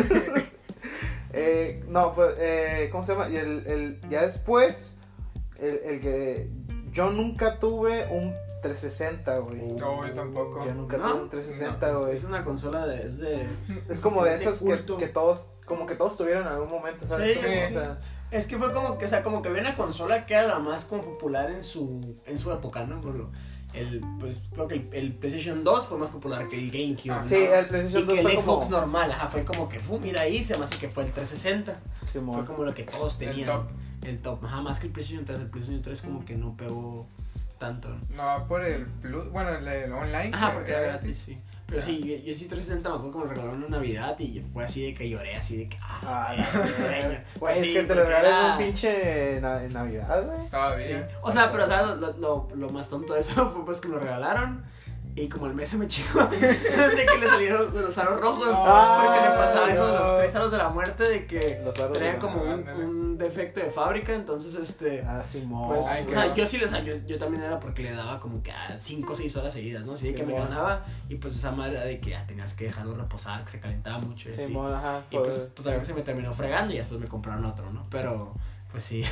eh, no, pues, eh, ¿cómo se llama? Y el, el, ya después, el, el que yo nunca tuve un trescientos sesenta, güey. No, yo tampoco. Yo nunca ¿No? tuve un trescientos sesenta, No, güey. es una consola de... Es de... Es como de es de esas que, culto. que todos, como que todos tuvieron en algún momento, ¿sabes? Sí. Como, o Sí. sea, Es que fue como que, o sea, como que había una consola que era la más como popular en su, en su época, ¿no? Por ejemplo, el, pues, creo que el, el PlayStation dos fue más popular que el GameCube, Ah, ¿no? sí, el PlayStation Y dos que fue el Xbox como... normal, ajá, fue como que, fue, mira ahí, se me hace que fue el trescientos sesenta. Simón. Fue como lo que todos El tenían. top. El top, ajá, más que el PlayStation tres. El PlayStation tres como que no pegó tanto, ¿no? No, por el Plus, bueno, el, el online. Ajá, que porque era gratis, sí. Pero sí, yo, yo sí trescientos sesenta me acuerdo que me lo regalaron en Navidad y fue así de que lloré, así de que, ah, Ah, es mi sueño. Güey, Así, es que te lo porque regalaron era- un pinche na- en Navidad, güey. Sí. Todavía. O sea, pero ¿sabes? Lo, lo, lo más tonto de eso fue pues que me lo regalaron y como el mes se me chingó de que le salieron los aros rojos. Ah, porque le pasaba eso de no. los tres aros de la muerte de que Los aros traían de- como un, ándale. un defecto de fábrica, entonces este... Ah, Simón. Pues, Ay, o qué sea, bueno. yo sí les yo, yo también era porque le daba como que a cinco o seis horas seguidas, ¿no? Así de que me Simón. ganaba y pues esa madre era de que ya tenías que dejarlo reposar, que se calentaba mucho y así. Simón, ajá. Y pues totalmente se me terminó fregando y después me compraron otro, ¿no? Pero, pues sí.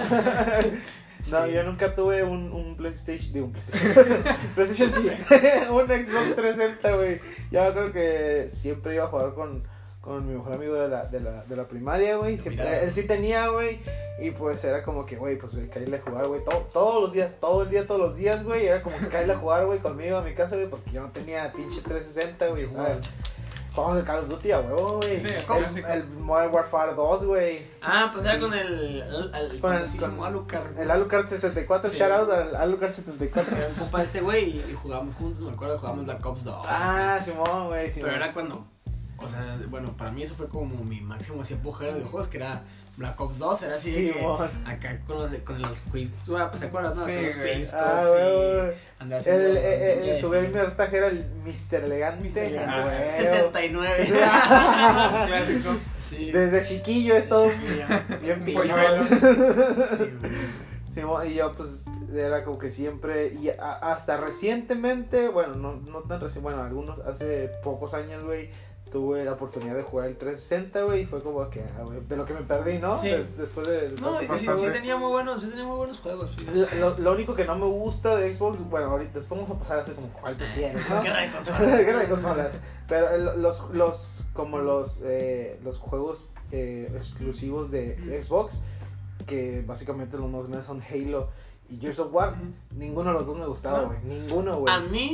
No, Sí. yo nunca tuve un, un PlayStation, digo un PlayStation, PlayStation sí, un Xbox trescientos sesenta, güey. Ya creo que siempre iba a jugar con, con mi mejor amigo de la, de la, de la primaria, güey. Siempre- Mira. Él sí tenía, güey, y pues era como que, güey, pues güey, caerle a jugar, güey, todo, todos los días, todo el día, todos los días, güey. Era como que caerle a jugar, güey, conmigo a mi casa, güey, porque yo no tenía pinche trescientos sesenta, güey, ¿sabes? Jugamos el Call of Duty a huevo, güey. Sí, el, clásico. el Modern Warfare dos, güey. Ah, pues era con el, el, el Con el- famosísimo con Alucard. El Alucard setenta y cuatro, Sí. shout out al Alucard setenta y cuatro. Era un compa de este güey y, y jugábamos juntos, me acuerdo, jugábamos Black Ops dos. Ah, Simón, güey, Simón. Pero era cuando, o sea, bueno, para mí eso fue como mi máximo así apogeo de videojuegos, que era Black Ops dos, era así de que Simón. acá con los, con los quick, tú, ah, pues te acuerdas, ¿no? Sí, Con los güey. quick Ah, scopes güey, y güey. andar El, haciendo el, el, línea de su defensa. gamer tag era el mister Elegante. Mister Elegante. Ah, güey. sesenta y nueve. Clásico. Sí. Desde chiquillo es todo Sí, ya. bien Un pinche. polluelo. Sí, güey. Simón, y yo pues era como que siempre, y a- hasta recientemente, bueno, no, no tan recién, bueno, algunos, hace pocos años, güey, tuve la oportunidad de jugar el trescientos sesenta, güey, y fue como que, ah, güey, de lo que me perdí, ¿no? Sí. De- después de... de No, tanto y sí, pasar, sí güey. tenía muy buenos, sí tenía muy buenos juegos. Sí. Lo, lo- lo único que no me gusta de Xbox, bueno, ahorita después vamos a pasar a hacer como cuál prefieres, ¿no? Guerra de consolas. Guerra de consolas. Pero el- los, los, como los, eh, los juegos eh, exclusivos de Xbox, que básicamente los más grandes son Halo y Gears of War, ninguno de los dos me gustaba, ¿No? güey. Ninguno, güey. A mí,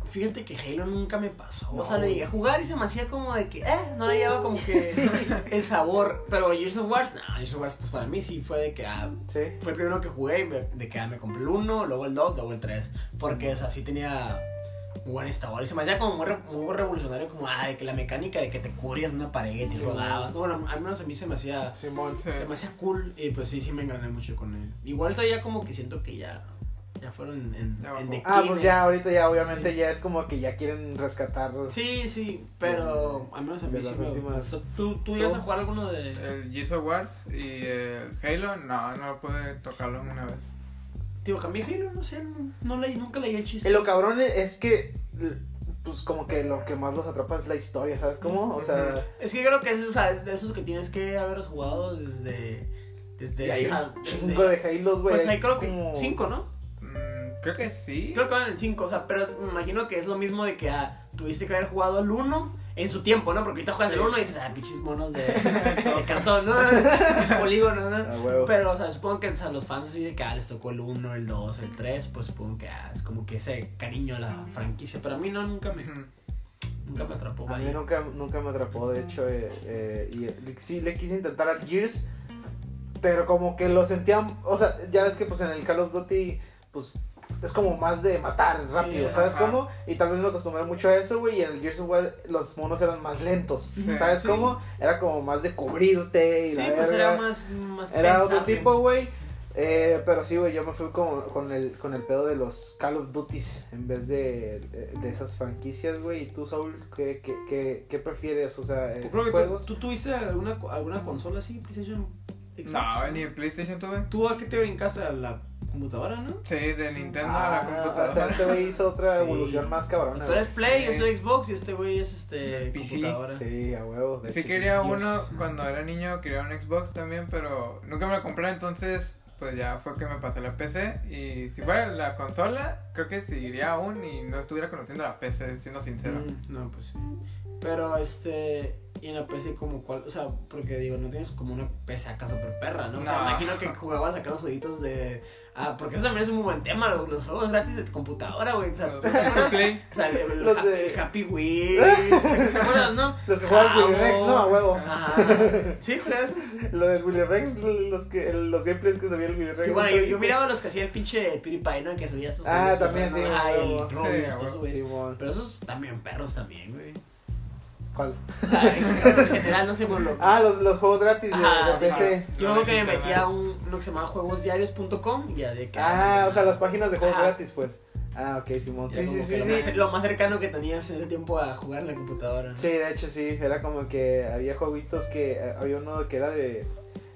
Fíjate que Halo nunca me pasó. No, o sea, lo llegué a jugar y se me hacía como de que, eh, no le llevaba como que Sí. el sabor. Pero Gears of War, no, Gears of War, pues para mí sí fue de que, ah, Sí. fue el primero que jugué, y me- de que ah, me compré el uno, luego el dos, luego el tres. Porque, o sea, sí tenía un buen sabor. Y se me hacía como muy, re- muy revolucionario, como, ah, de que la mecánica de que te cubrías una pared y Sí. rodabas. Bueno, al menos a mí se me hacía, Simón. Sí. se me hacía cool. Y pues sí, sí me engané mucho con él. Igual todavía como que siento que ya, ya fueron en, Ya en bajó. decline. Ah, pues ya, ahorita ya, obviamente Sí. ya es como que ya quieren rescatar. Sí, sí, pero al menos a De mí sí las me últimas- gustó. ¿Tú, tú ibas a jugar alguno de...? El Gears of War y el Halo, no, no pude tocarlo una vez. Tío, cambié Halo, no sé, no, no leí, nunca leí el chiste. Y lo cabrón es que, pues como que lo que más los atrapa es la historia, ¿sabes cómo? O sea, Es que creo que es, o sea, de esos que tienes que haber jugado desde... desde y hay o sea, un desde- chingo de Halos, güey. Pues hay creo que como- cinco, ¿no? Mm, creo que sí. Creo que van en el cinco, o sea, pero me imagino que es lo mismo de que ah, tuviste que haber jugado el uno en su tiempo, ¿no? Porque ahorita juegas Sí. el uno y dices, ah, pinches monos de, de cartón, ¿no? Polígono, ¿no? A huevo. Pero, o sea, supongo que o sea, los fans así de que ah, les tocó el uno, el dos, el tres, pues supongo que ah, es como que ese cariño a la franquicia. Pero a mí no, nunca me, Ujú. nunca me atrapó. A mí vaya. nunca, nunca me atrapó, de hecho, eh, eh, y eh, sí le quise intentar al Gears, pero como que lo sentía, o sea, ya ves que pues en el Call of Duty, pues es como más de matar rápido, Sí, ¿sabes ajá. cómo? Y tal vez me acostumbré mucho a eso, güey, y en el Gears of War los monos eran más lentos, Sí, ¿sabes sí. cómo? Era como más de cubrirte y Sí, la pues verga. era más, más Era otro pensable. tipo, güey. Eh, pero sí, güey, yo me fui con, con, el, con el pedo de los Call of Duties en vez de, de esas franquicias, güey. ¿Y tú, Saúl, qué, qué, qué, qué prefieres? O sea, Yo esos creo que juegos. ¿Tú, ¿Tú tuviste alguna, alguna consola así, PlayStation? Xbox? No, ni en PlayStation tuve. ¿Tú a qué te brincas a la computadora, no? Sí, de Nintendo a la Ah, computadora. o sea, este güey hizo otra Sí. evolución más cabrona. Tú eres Play, yo Sí. soy Xbox y este güey es este P C. computadora. Sí, a huevo. de Sí hecho, quería Dios. uno cuando era niño, quería un Xbox también, pero nunca me lo compré, entonces pues ya fue que me pasé la P C. Y si fuera la consola, creo que seguiría aún y no estuviera conociendo la P C, siendo sincero. Mm, no, pues sí. Pero este, y en la P C como cuál, o sea, porque digo, no tienes como una P C acá super perra, ¿no? O sea, No. imagino que jugabas a sacar los jueguitos de... Ah, porque eso también es un muy buen tema, los, los juegos gratis de tu computadora, güey. O sea, Los ¿te de acuerdas? Play. O sea, el, Los ha- de- el Happy Wheels, ¿te acuerdas, no? Los que juegan Jabo. Willy Rex, ¿no? A huevo. Ajá. ¿Sí, juegas esos? Lo del Willy Rex, los, que, los gameplays que subía el Willy Rex. Y bueno, ¿no? yo, yo miraba los que hacía el pinche PewDiePie, ¿no? Que subía esos Ah, juegos, también, ¿no? sí, Ah, huevo. el Sí, Rubius, huevo. todos esos güeyes. Simón. Pero esos también perros también, güey. ¿Cuál? O sea, en general, no sé por lo... Ah, los, los juegos gratis de, Ajá, de P C. Yo creo que me metí a un, uno que se llama juegosdiarios punto com y ya de que... Ah, o sea, las páginas de juegos Ajá. gratis, pues. Ah, ok, Simón. Era Sí, sí, como sí, que lo, sí. Más, lo más cercano que tenías en ese tiempo a jugar en la computadora. ¿no? Sí, de hecho sí, era como que había jueguitos que, eh, había uno que era de,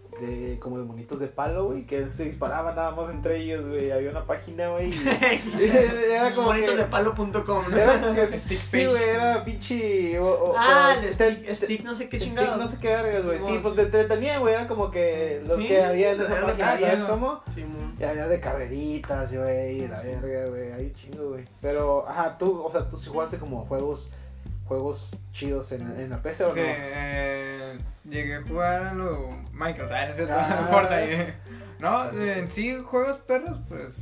de como de monitos de palo, güey, que se disparaban nada más entre ellos, güey, había una página, güey, y era como que, monitosdepalo punto com, ¿no? era que Stick sí, page. güey, era pinche, o- o- Ah, o- el de te- stick, te- stick no sé qué Stick, chingados. no sé qué vergas, güey, sí, Simón, pues sí. te entretenía, güey, era como que los Sí, que había en esa era lo que página, había, ¿sabes ¿no? cómo? Sí, mon. Y había de carreritas, güey, y la Sí. verga, güey, hay un chingo, güey. Pero, ajá, tú, o sea, tú sí jugaste como juegos, juegos chidos en, en la P C o Sí, no? eh, llegué a jugar a lo Minecraft, ah, no es cierto, Ah. Fortnite. No, en sí, juegos perros, pues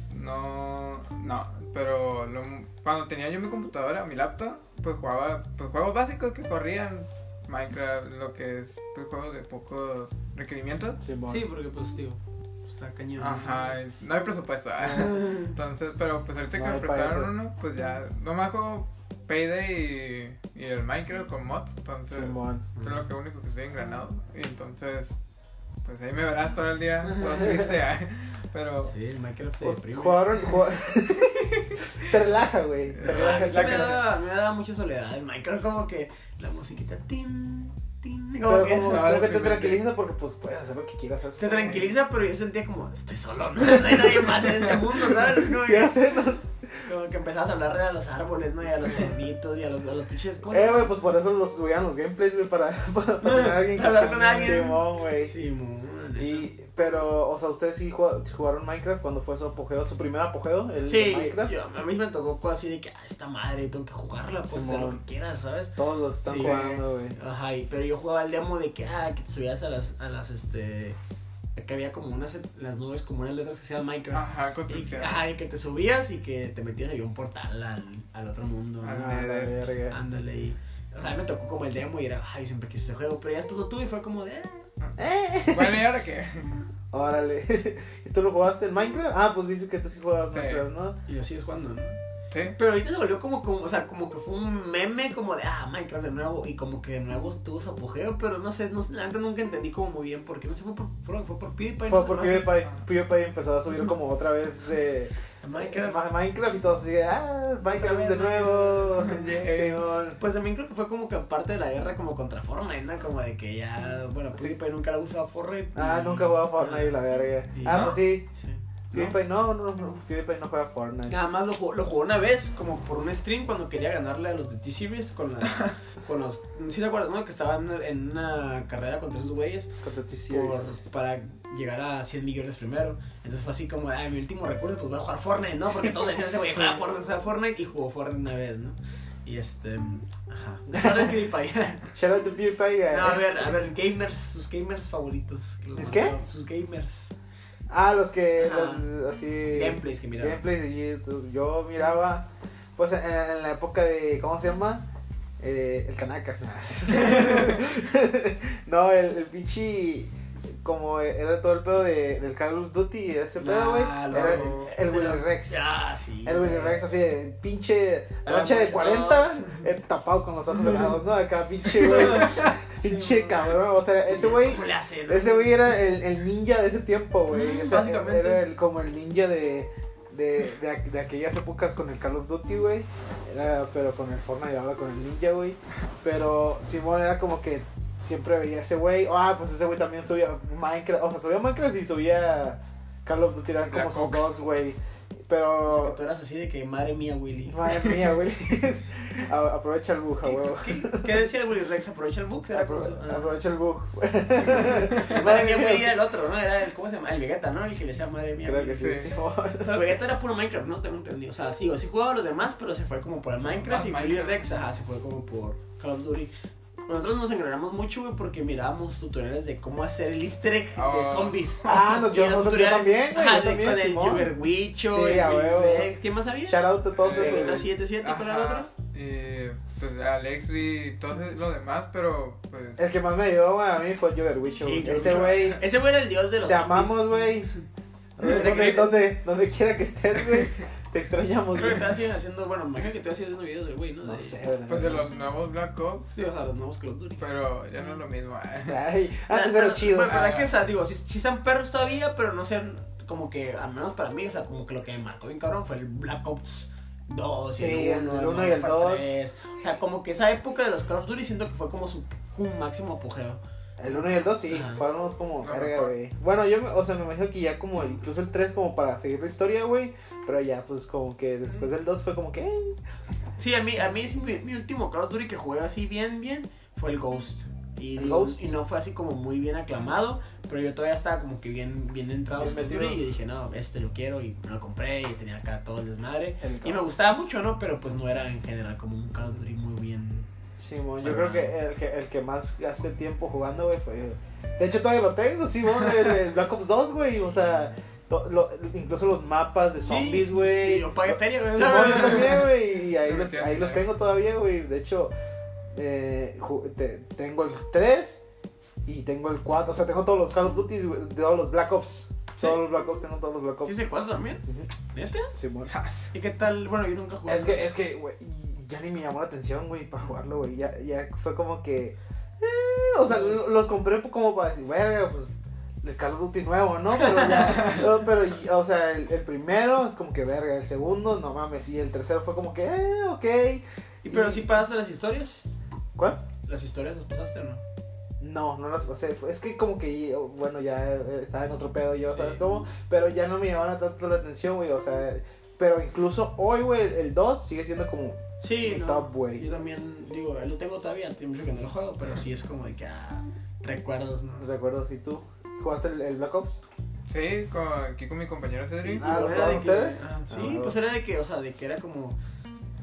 no, no, pero lo- cuando tenía yo mi computadora, mi laptop, pues jugaba pues juegos básicos que corrían, Minecraft, lo que es pues, juegos de pocos requerimientos. Simón. Sí, porque pues, tío, está cañón. Ajá, y no hay presupuesto. ah. Entonces, pero pues ahorita que No me hay pa' prestaron eso. uno, pues ya, nomás juego Payday y, y el Minecraft con mods, entonces Simón. es lo que único que estoy engranado. Y entonces, pues ahí me verás todo el día, todo triste, ah. pero Sí, el Minecraft se Pues, deprime. jugaron, jugaron- te relaja, güey, te Ah, relaja A mí el sí me saca. da, me da mucha soledad. El Minecraft como que la musiquita tin, tin, como Pero que como, no, como que te deprimente. tranquiliza porque pues puedes hacer lo que quieras. ¿sabes? te tranquiliza, pero yo sentía como, estoy solo, no, no hay nadie más en este mundo, ¿sabes? Como que, Ya sé, ¿no? como que empezabas a hablarle a los árboles, ¿no? Y a los cerditos y a los, a los pinches... ¿cómo se Eh, llama? güey, pues por eso los subían los gameplays, güey, para, para, para tener a alguien Para hablar con alguien. Simón, güey. Sí, mon. Y, pero, o sea, ¿ustedes sí jug- jugaron Minecraft cuando fue su apogeo, su primer apogeo, el de Sí, Minecraft? yo, a mí me tocó cosas así de que, ah, esta madre, tengo que jugarla, pues, hacer lo Simón. que quieras, ¿sabes? Todos los están Sí. jugando, güey. Ajá, y- pero yo jugaba el demo de que, ah, que te subías a las, a las, este... Que había como unas, en las nubes, como unas letras que se llaman Minecraft. ajá, Y, construcción. ajá, y que te subías y que te metías ahí a un portal al, al otro mundo. Al ¿no? Ah, la verga. Ándale y... O sea, a mí me tocó como el demo y era, ay, siempre quise ese juego, pero ya después lo tuve y fue como de... Eh. Bueno, ¿y ahora qué? Órale. ¿Y tú lo jugaste en Minecraft? Ah, pues dices que tú sí jugabas Sí. Minecraft, ¿no? Y lo sigues jugando, ¿no? Sí. Pero ahorita se volvió como, como, o sea, como que fue un meme como de, ah, Minecraft de nuevo, y como que de nuevo tuvo su apogeo, pero no sé, no sé, la neta nunca entendí como muy bien, porque no sé, fue por, fue, fue por PewDiePie. Fue ¿no? porque PewDiePie, PewDiePie empezó a subir como otra vez eh, Minecraft. Ma- Minecraft y todo así, ah, Minecraft de nuevo. Simón. Pues también creo que fue como que parte de la guerra como contra Fortnite, ¿no? Como de que ya, bueno, PewDiePie nunca le ha gustado Fortnite. Ah, y- nunca jugaba Fortnite, la verga. Y- Ah, ¿no? pues sí. Sí. PewDiePie no, no, no, PewDiePie no juega Fortnite. Nada más lo jugó, lo jugó una vez, como por un stream, cuando quería ganarle a los de T-Series con, las, con los... ¿Sí te acuerdas, no? Que estaban en una carrera contra esos güeyes Contra por, T-Series. para llegar a cien millones primero. Entonces fue así como, ay, mi último recurso, pues voy a jugar Fortnite, ¿no? Porque todos decían, ese güey juega Fortnite, juega Fortnite, y jugó Fortnite una vez, ¿no? Y este... Ajá. Ahora es PewDiePie. Shout out to PewDiePie. eh. No, a ver, a ver, gamers, sus gamers favoritos. que los ¿Es marcaron, qué? Sus gamers. Ah, los que, Ajá. los así... Gameplays que miraba. Gameplays de YouTube. Yo miraba, pues en, en la época de, ¿cómo se llama? Eh, el Kanaka. No, el, el pinche, como era todo el pedo de, del Call of Duty y ese pedo, güey. Ah, Era el, luego. el De Willy los- Rex. Ah, sí. El Willy güey. Rex así de pinche Era noche de muy- cuarenta, eh, tapado con los ojos cerrados, ¿no? Acá pinche güey, pinche cabrón, o sea, ese güey, ¿Cómo le hace, no? ese güey era el, el ninja de ese tiempo, güey, Mm, o sea, básicamente. era el, como el ninja de, de, de, aqu- de aquellas épocas con el Call of Duty, güey, era, pero con el Fortnite y ahora con el ninja, güey, pero Simón era como que siempre veía ese güey, ah, pues ese güey también subía Minecraft, o sea, subía Minecraft y subía Call of Duty, eran como Black sus Ops. dos, güey, O sea, pero... que tú eras así de que, madre mía, Willy. Madre mía, güey. A- Aprovecha el bug, a huevo. ¿Qué, qué, qué decía el Willy Rex? ¿Aprovecha el bug? ¿Era Apro- como- ah. Aprovecha el bug. Madre mía, Willy era el otro, ¿no? Era el, ¿cómo se llama? El Vegeta, ¿no? El que le decía madre mía, Creo Willy. que sí, Sí. sí. Pero el Vegeta era puro Minecraft, no tengo entendido. O sea, sí, o sí jugaba a los demás, pero se fue como por el Minecraft. Ah, y Willy Minecraft. Rex, ajá, se fue como por Call of Duty. Nosotros nos engranamos mucho, güey, porque mirábamos tutoriales de cómo hacer el easter egg de Oh. zombies. Ah, no, Y yo, los nosotros, yo tutoriales- también, güey. ajá, Yo de- también, con el Simón. Jugger Wicho, Sí, el a Willy huevo. Rex. ¿Quién más había? Shout out a todos Eh, esos. Era güey. siete siete, ¿cuál era el otro? Ajá, y pues Alex y todo lo demás, pero pues... El que más me ayudó, güey, a mí fue Jover Wicho. Sí, güey. Ese Jugger güey, Ese güey era el dios de los te zombies. amamos, güey. Donde, donde, donde quiera que estés, güey. Te extrañamos, Creo que güey. te siguen haciendo, bueno, me imagino que te haciendo videos del güey, ¿no? No De- sé, güey. Pues de los nuevos Black Ops, Sí, o sea, los nuevos Call of Duty. pero ya no es lo mismo. eh. Ay, antes Pero- era chido. Bueno, ¿verdad Ah. que, o sea, digo, sí, sí están perros todavía, pero no sean como que, al menos para mí, o sea, como que lo que me marcó bien cabrón fue el Black Ops dos, Sí, y el- el uno, el uno y el dos. tres. O sea, como que esa época de los Call of Duty siento que fue como su un máximo apogeo. El uno y el dos, sí, Ajá. fueron unos como Lo verga, mejor. güey. Bueno, yo, me- o sea, me imagino que ya como el- incluso el tres como para seguir la historia, güey. Pero ya, pues como que después del dos fue como que... eh, Sí, a mí, a mí sí, mi, mi último Call of Duty que jugué así bien, bien, fue el Ghost. Y, ¿El digo, Ghost? y no fue así como muy bien aclamado, pero yo todavía estaba como que bien, bien entrado Bien en Call of Duty metido. y yo dije, no, este lo quiero y me lo compré y tenía acá todo el desmadre. el Y me Ghost. gustaba mucho, ¿no? Pero pues no era en general como un Call of Duty muy bien. Simón, yo Ajá. creo que el, que el que más gasté tiempo jugando, güey, fue... De hecho, todavía lo tengo, Simón, el, el Black Ops dos, güey, o sea... to- lo- incluso los mapas de zombies, Sí, güey. yo pagué feria, güey. Simón, yo también, güey, y ahí Me los, metí a ahí los mirar. tengo todavía, güey. De hecho, eh, ju- te- tengo el tres y tengo el cuatro, o sea, tengo todos los Call of Duty, güey, todos los Black Ops. ¿Sí? Todos los Black Ops, tengo todos los Black Ops. ¿Tienes el cuatro también? Ujú. ¿Neta? Simón. ¿Y qué tal? Bueno, yo nunca jugué. Es que, es que, güey, ya ni me llamó la atención, güey, para jugarlo, güey. Ya, ya fue como que. eh, o sea, lo- los compré como para decir, verga, pues. El Call of Duty nuevo, ¿no? Pero ya. no, pero, y- o sea, el, el primero es como que verga. El segundo, no mames. Y el tercero fue como que, eh, ok. ¿Y pero y- si pasaste las historias? ¿Cuál? ¿Las historias las pasaste o no? No, no las pasé. Fue- Es que como que, bueno, ya eh, estaba en otro pedo yo, ¿sabes Sí. cómo? Pero ya no me llamaban tanto la atención, güey. O sea, pero incluso hoy, güey, el dos sigue siendo como. Sí, Mi no. top, güey. Yo también, digo, lo tengo todavía, tiene mucho que no lo juego, pero sí es como de que, ah, recuerdos, ¿no? ¿Recuerdo si tú jugaste el, el Black Ops? Sí, con, aquí con mi compañero Cedric. Ah, igual ¿lo era de jugaron que- ustedes? ah, sí, Ah, bueno. pues era de que, o sea, de que era como...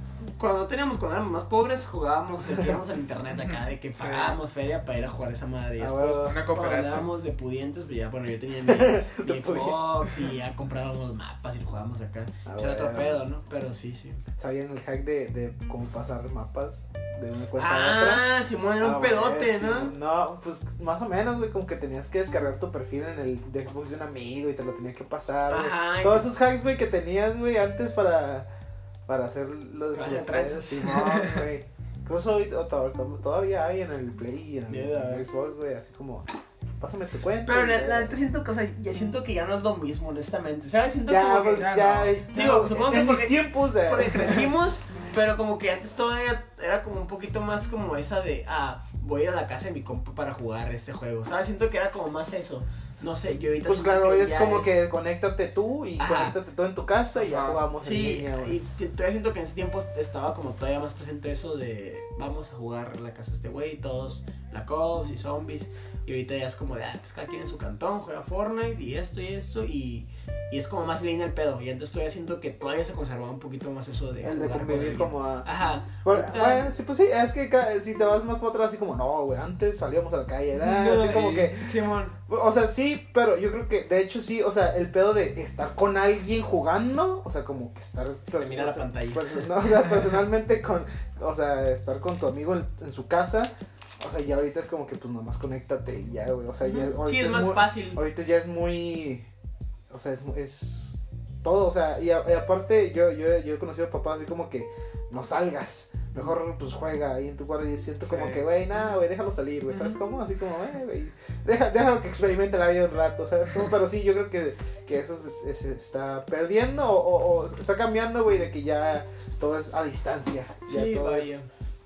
cuando no teníamos, cuando éramos más pobres, jugábamos, íbamos al internet acá, de que pagábamos feria para ir a jugar esa madre. Y Ah, después, huevo. Una cuando cooperacha. hablábamos de pudientes, pues ya, bueno, yo tenía mi, mi De Xbox y ya comprábamos mapas y lo jugábamos acá. Ah, Eso era otro huevo. pedo, ¿no? Pero sí, sí. ¿Sabían el hack de, de cómo pasar mapas de una cuenta a otra? Ah, Simón, era Ah, un pedote, güey, sí, ¿no? No, pues más o menos, güey, como que tenías que descargar tu perfil en el de Xbox de un amigo y te lo tenía que pasar, güey. Ajá. Todos esos hacks, güey, que tenías, güey, antes para, para hacer los Para los hacer tranzas. redes, Simón, güey. Incluso hoy- o to- to- todavía hay en el Play y en el, Yeah. en el Xbox, güey, así como, pásame tu cuenta. Pero y la, ya. la neta siento que, o sea, ya siento que ya no es lo mismo, honestamente. ¿Sabes? Siento Ya, como que pues, ya ya, no. ya, Digo, supongo que en mis porque- tiempos, eh. porque crecimos, pero como que antes todavía era como un poquito más como esa de, ah, voy a ir a la casa de mi compa para jugar este juego. ¿Sabes? Siento que era como más eso. No sé, yo ahorita Pues siento claro, que es ya como que conéctate tú y Ajá. conéctate tú en tu casa y ya Ajá. jugamos en Sí, línea, güey. y que todavía siento que en ese tiempo estaba como todavía más presente eso de vamos a jugar la casa de este güey, todos Black Ops y zombies. Y ahorita ya es como de, ah, pues cada quien en su cantón juega Fortnite y esto y esto. Y, y es como más línea el pedo. Y antes todavía siento que todavía se conservaba un poquito más eso de El de jugar con convivir alguien. como a... Ajá. Por- Ahorita- bueno, sí, pues sí, es que ca- si te vas más para atrás, así como, no, güey, antes salíamos a la calle, era No, así como Y- que, Simón. o sea, sí, pero yo creo que, de hecho, sí, o sea, el pedo de estar con alguien jugando, o sea, como que estar, Te mira la o sea, pantalla. per- no, o sea, personalmente con, o sea, estar con tu amigo en, en su casa, o sea, ya ahorita es como que, pues, nomás conéctate y ya, güey, o sea, ya, ahorita Sí, es más muy- fácil. ahorita ya es muy, o sea, es, es todo, o sea, y, a- y aparte yo, yo, yo he conocido a papás así como que no salgas, mejor pues juega ahí en tu cuarto y siento como Sí. que, güey, nada, güey, déjalo salir, güey, ¿sabes Ujú. cómo? Así como, eh, güey, deja, déjalo que experimente la vida un rato, ¿sabes cómo? Pero sí, yo creo que, que eso se, se- se está perdiendo o, o- o está cambiando, güey, de que ya todo es a distancia, ya Sí, todo vaya. es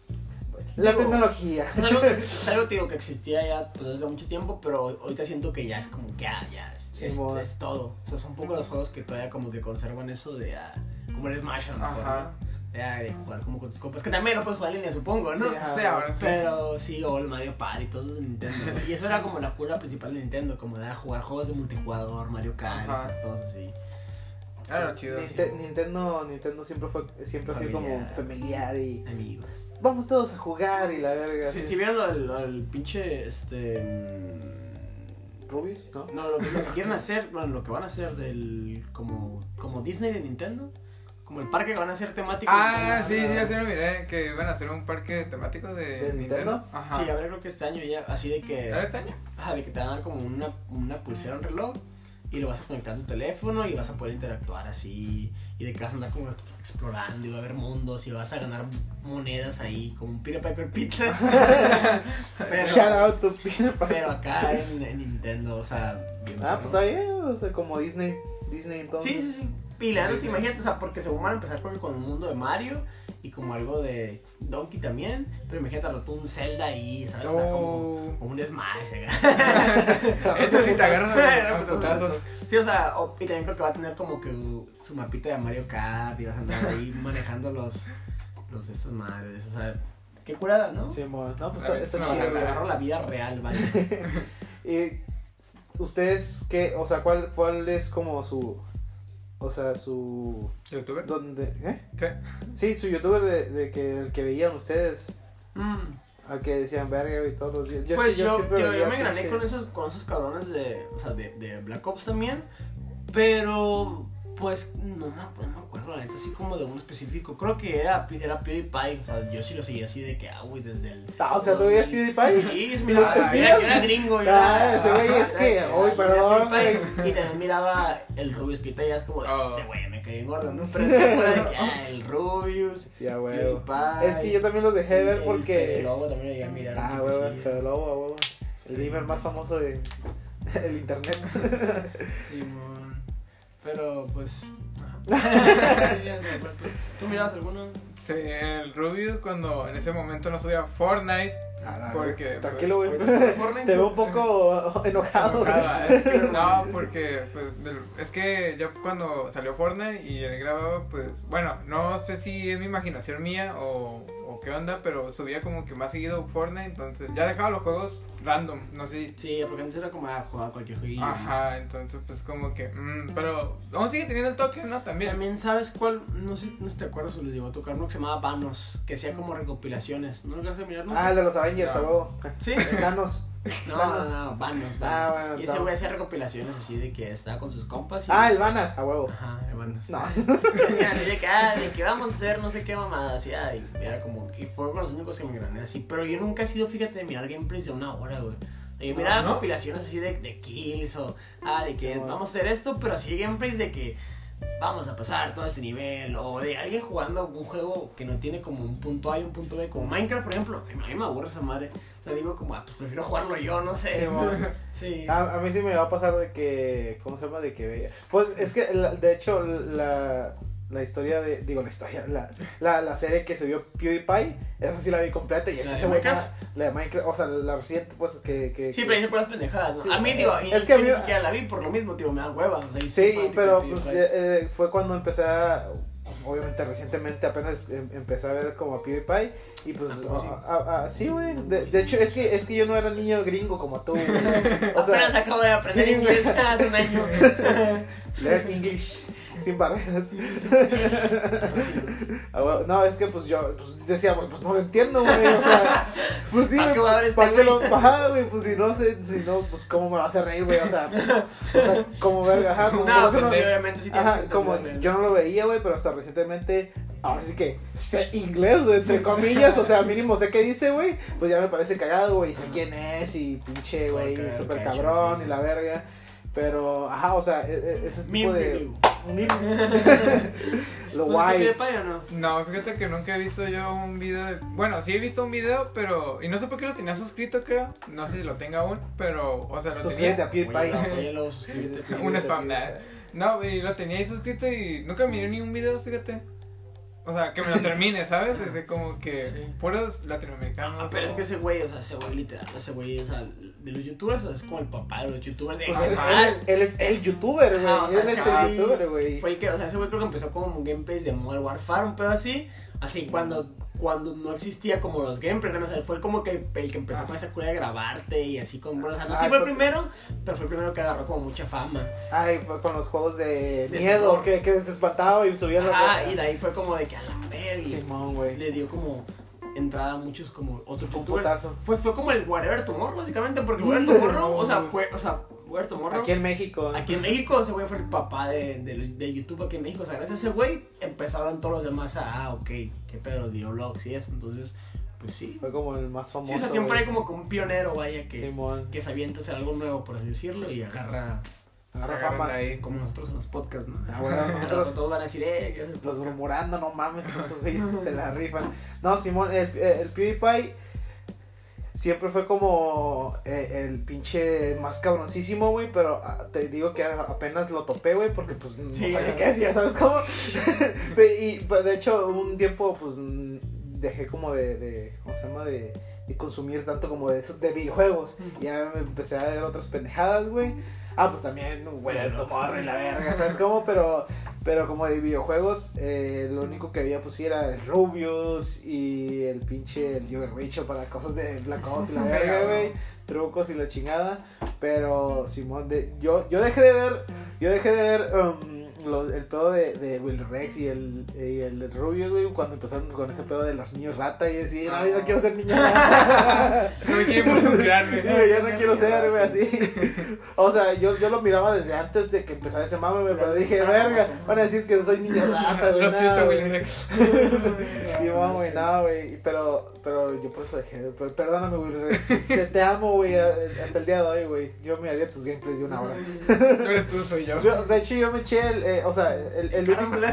la Digo, tecnología. Es algo, que, es algo te digo, que existía ya pues, desde mucho tiempo, pero ahorita siento que ya es como que ah, ya es, Sí, es, mo. es todo. O sea, son pocos los juegos que todavía como que conservan eso de ah, como el Smash a lo mejor, Ajá. ¿no? De, ah, de jugar como con tus compas, que también lo puedes jugar en línea, supongo, ¿no? Sí, ajá. Sí, ahora sí. Pero sí, o el Mario Party y todo eso de Nintendo. ¿no? Y eso era como la cura principal de Nintendo, como de ah, jugar juegos de multijugador, Mario Kart, Ajá. todos así. Era lo chido. Ninte- Nintendo, Nintendo siempre fue, siempre ha sido como Familiar. familiar y Amigos. vamos todos a jugar y la verga. Si, así. si vieron lo del, lo del pinche, este... mm, Rubius, ¿no? No, lo que, lo que quieren hacer, bueno, lo que van a hacer del como, como Disney de Nintendo, como el parque que van a hacer temático. Ah, sí, sí, internacional. así lo miré, que iban a hacer un parque temático de, ¿De Nintendo. Nintendo? Ajá. Sí, a ver, creo que este año ya, así de que, ¿Era este año? ajá, de que te van a dar como una, una pulsera, un reloj, y lo vas a conectar a tu teléfono y vas a poder interactuar así, y de que vas a andar como explorando y va a haber mundos y vas a ganar monedas ahí, como un Peter Piper Pizza. pero, Shout out to Peter Pan. pero acá en, en Nintendo, o sea... bien Ah, pues perro. está bien, o sea, como Disney, Disney entonces. Sí, sí, sí. Y la verdad, imagínate, o sea, porque según van a empezar creo que con un mundo de Mario y como algo de Donkey también, pero imagínate a lo tú un Zelda ahí, ¿sabes? O sea, como, Oh. como un Smash, acá. Eso sí te agarran Era a putazos. Sí, o sea, o- y también creo que va a tener como que uh, su mapita de Mario Kart y vas a andar ahí manejando los, los de estas madres, o sea, qué curada, ¿no? Sí, mo- no, pues A está, ver, está no, chido, Me güey. agarro la vida real, ¿vale? Y ustedes, ¿qué? O sea, ¿cuál, cuál es como su, o sea, su, ¿Youtuber? dónde, ¿eh? ¿Qué? Sí, su youtuber de, de que el que veían ustedes, Mm. al que decían verga y todos los días. Yo, es Pues que yo, siempre yo, yo veía me grané pinche- con esos, con esos cabrones de, o sea, de, de Black Ops también, pero pues no me, no me acuerdo la neta, así como de uno específico. Creo que era, era PewDiePie, o sea, yo sí lo seguía así de que, ah, güey, desde el... Ah, o sea, ¿tú veías PewDiePie? Sí, es ¿Y mi lo era, entendías? era gringo. yo Ah, era- ese güey es que, era- uy, era perdón, PewDiePie. güey. Y también miraba el Rubius, que ahorita ya es como, de, Oh. ese güey me caí gordo, ¿no? Pero es que fuera de que, ah, el Rubius, Sí, a huevo. PewDiePie... Es que yo también los dejé ver el porque... Fede Lobo también lo llegué a mirar. Ah, un huevo, el poquillo. Fede Lobo, a huevo. El gamer más famoso de el internet. Simón. Pero pues. ajá. ¿Tú mirabas alguno? Sí, el Rubius cuando en ese momento no subía Fortnite. Porque, Tranquilo, güey. Fortnite. Te veo un poco enojado. güey. Enojada, ¿eh? No, porque pues, del- es que ya cuando salió Fortnite y él grababa, pues bueno, no sé si es mi imaginación mía o, o qué onda, pero subía como que más seguido Fortnite, entonces ya dejaba los juegos random, no sé. Sí, porque antes era como ah, jugar cualquier jueguillo. Ajá, entonces pues como que, mmm, pero aún sigue teniendo el toque, ¿no? También. También sabes cuál, no sé, no sé si te acuerdas o les llegó a tocar uno que se llamaba Vanos, que hacía como recopilaciones. ¿No lo vas a mirar nunca? Ah, el de los Avengers, No. a huevo. Sí. Thanos. No, Vanos. no, no, Vanos, Vanos. Ah, bueno, Y ese no. güey hacía recopilaciones así de que estaba con sus compas y... Ah, el Vanas, a huevo. Ajá, el Vanos. No. Decían así de que, ah, de que vamos a hacer no sé qué mamada, así, ah, y era como, y fueron los únicos que me grané así, pero yo nunca he sido, fíjate, de mirar gameplays de una hora, güey. Yo miraba ¿No? compilaciones así de, de kills o, ah, de que Sí, bueno. vamos a hacer esto, pero así gameplays de que vamos a pasar todo ese nivel, o de alguien jugando un juego que no tiene como un punto A y un punto B, como Minecraft, por ejemplo. A mí me aburre esa madre. O sea, digo como, ah, pues prefiero jugarlo yo, no sé. Sí, bueno. Sí. A, a mí sí me va a pasar de que, ¿cómo se llama? De que veía. Pues es que, la- de hecho, la, la historia de, digo, la historia, la, la, la serie que subió PewDiePie, esa sí la vi completa y ¿La esa de se buena. Minecraft? La de Minecraft, o sea, la reciente, pues, que... que Sí, que- pero hice puras pendejadas, ¿no? Sí, A mí, digo, eh, y- es que a yo mí- ni siquiera la vi por lo mismo, tío, me da hueva. O sea, y soy Sí, fanático pero de pues PewDiePie. eh, eh, fue cuando empecé a, obviamente recientemente apenas em- empecé a ver como a PewDiePie y pues, Ah, pues sí. a- a- a- sí, güey, de, de hecho es que es que yo no era niño gringo como tú, güey. O Apenas sea, acabo de aprender sí, inglés güey. hace un año. learn English sin barreras. Ah, güey, no, es que pues yo pues decía, güey, pues no lo entiendo, güey, o sea, pues sí, ¿Para güey, qué va a ver este ¿para qué lo güey? ajá, güey? Pues si no sé, si no, pues cómo me va a hacer reír, güey, o sea, o sea, como verga, ajá, pues, por No, eso pero no- sí, obviamente sí tienes Ajá, que como entenderle. yo no lo veía, güey, pero hasta recientemente, ahora sí que sé inglés, güey, entre comillas, o sea, mínimo sé qué dice, güey, pues ya me parece cagado, güey, sé quién es y pinche, güey, Ok, súper ok, cabrón sí, y sí. la verga, pero, ajá, o sea, e- e- ese tipo Meme de... review. Meme. Lo ¿Tú guay. viste PewDiePie o no? No, fíjate que nunca he visto yo un video de... Bueno, sí he visto un video, pero... Y no sé por qué lo tenía suscrito, creo. No sé si lo tenga aún, pero... O sea, lo Suscríbete a tenía... PewDiePie. Oye, oye, luego suscríbete. Sí, sí. Un spam, PewDiePie. nada. No, y lo tenía ahí suscrito y nunca miré ni un video, fíjate. O sea, que me lo termine, ¿sabes? Desde como que... Sí. Puros latinoamericanos. Ah, pero es o- que ese güey, o sea, ese güey literal, ese güey, o sea, de los youtubers, o sea, es como el papá de los youtubers de Pues Ajá. él, él es el youtuber, güey, Ajá, o sea, él es ese el güey youtuber, güey. Fue el que, o sea, ese güey creo que empezó como gameplays de Modern Warfare, un pedo así. Así cuando, cuando no existía como los gameplays, ¿no? O sea, fue como que el, el que empezó con esa cura de grabarte y así con, o sea, no sé Ah, si fue el fue- primero, pero fue el primero que agarró como mucha fama. Ay, fue con los juegos de, De miedo, terror. que, que se espantaba y subía la Ah, y de ahí fue como de que a la verga. Simón, güey. Le dio como entrada a muchos como otros Fue un youtubers. putazo. Fue, fue como el Whatever Tomorrow, básicamente, porque Whatever Tomorrow, o sea, fue, o sea, Whatever Tomorrow. Aquí en México. Aquí en México, ese güey fue el papá de, de, de YouTube aquí en México. O sea, gracias a ese güey empezaron todos los demás a, ah, ok, qué pedo, dio vlogs y eso. Entonces, pues sí. Fue como el más famoso. Sí, o sea, siempre güey. hay como que un pionero, vaya, que, Simón. que se avienta a hacer algo nuevo, por así decirlo, y agarra, Agarra Agarran fama. de ahí. como nosotros en los podcasts, ¿no? Ah, bueno, nosotros- todos van a decir, eh, ¿qué haces? Los murmurando, no mames, esos güeyes se la rifan. No, Simón, el, el PewDiePie siempre fue como eh, el pinche más cabroncísimo, güey, pero ah, te digo que a- apenas lo topé, güey, porque pues no Sí, sabía ajá. qué decir, ¿sabes cómo? Pe- y pues, de hecho, un tiempo, pues, mm, dejé como de, de ¿cómo se llama? De, de consumir tanto como de, esos- de videojuegos. Y ya me empecé a ver otras pendejadas, güey. Ah, pues también, güey, el tomorro y la verga, ¿sabes cómo? Pero, pero como de videojuegos, eh, lo único que había, pues sí, era el Rubius y el pinche, el Yoga Rachel para cosas de Black Ops y la verga, güey. Trucos y la chingada. Pero, Simón, de, yo, yo dejé de ver, yo dejé de ver um, lo- el pedo de, de Will Rex y el, y el Rubius, güey, cuando empezaron con ese pedo de los niños rata y decir, no, yo no quiero ser niño rata. No me quiero involucrarme. Digo, yo no quiero ser, güey, así. O sea, yo, yo lo miraba desde antes de que empezara ese mame, güey, pero dije, verga, van a decir que soy niño rata, güey. Lo no, siento, güey. Will Rex. Sí, va, güey, no, güey, pero, pero yo por eso dejé, pero perdóname, Will Rex, te, te amo, güey, a- hasta el día de hoy, güey, yo miraría tus gameplays de una hora. No eres tú, soy yo. Yo, de hecho, yo me eché el, eh, o sea, el, el único... Caramba,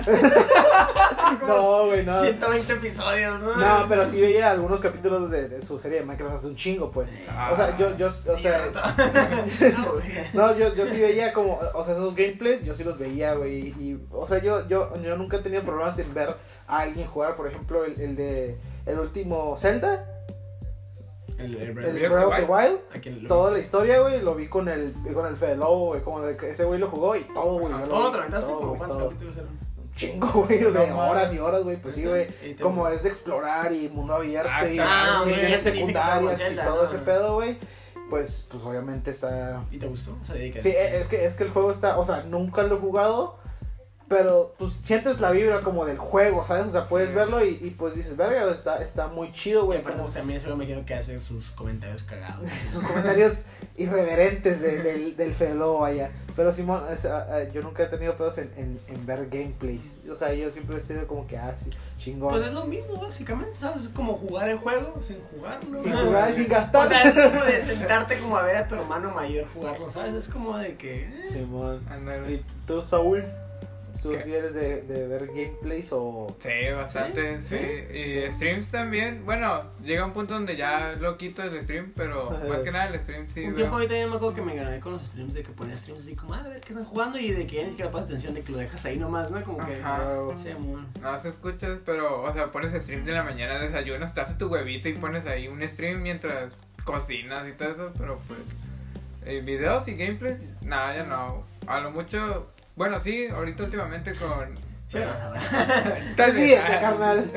No, güey, no. ciento veinte episodios, ¿no? No, pero sí veía algunos capítulos de, de su serie de Minecraft hace un chingo, pues. O sea, yo, yo, o sea... No, güey. No, yo, yo sí veía como, o sea, esos gameplays, yo sí los veía, güey, y, o sea, yo, yo, yo nunca he tenido problemas en ver a alguien jugar, por ejemplo, el, el de, el último Zelda, El, el, el Breath Breath of of the the Wild, Aquí lo- toda la historia, güey, lo vi con el, con el Fede Lobo, güey, como de que ese güey lo jugó y todo, güey. yo lo ¿Todo vi, te lo aventaste? todo, ¿Como güey, cuántos todo. capítulos eran? chingo, güey, de No, horas y horas, güey, pues sí, güey. Y te- Como es de explorar y mundo abierto Ah, y ah, misiones güey, secundarias y Zelda, todo ¿no? ese pedo, güey, pues, pues obviamente está... ¿Y te gustó? O sea, de que- Sí, es que, es que el juego está, o sea, nunca lo he jugado, pero pues sientes la vibra como del juego, ¿sabes? O sea, puedes Sí. verlo y, y pues dices, verga, está, está muy chido, Y güey, aparte, como pues, también eso me imagino que hace sus comentarios cagados. sus comentarios irreverentes de- del, del Felo, vaya. Pero Simón, es, ah, ah, yo nunca he tenido pedos en, en, en ver gameplays, o sea, yo siempre he sido como que, ah, sí, chingón. Pues es lo mismo, básicamente, ¿sabes? Es como jugar el juego sin jugarlo. Sin jugar y sin gastar. O sea, es como de sentarte como a ver a tu hermano mayor jugarlo, ¿sabes? Es como de que... eh. Simón. Ándale. ¿Y tú, Saúl? ¿Tú ¿Qué? si eres de, de ver gameplays o...? Sí, bastante, ¿Sí? sí. Y Sí. streams también. Bueno, llega un punto donde ya lo quito el stream, pero más que nada el stream sí. Un veo. tiempo ahorita ya me acuerdo que me gané con los streams de que ponía streams así como, ah, a ver qué están jugando y de que ya ni siquiera pones atención de que lo dejas ahí nomás, ¿no? Como que... Ajá. Sí, amor. No se escuchas, pero, o sea, pones stream de la mañana, desayunas, te haces tu huevito y pones ahí un stream mientras cocinas y todo eso, pero pues. Eh, videos y gameplay, nada, ya no. A lo mucho. Bueno, sí, ahorita últimamente con. Sí, vas a ver. Tal Sí, vez, este ah, carnal.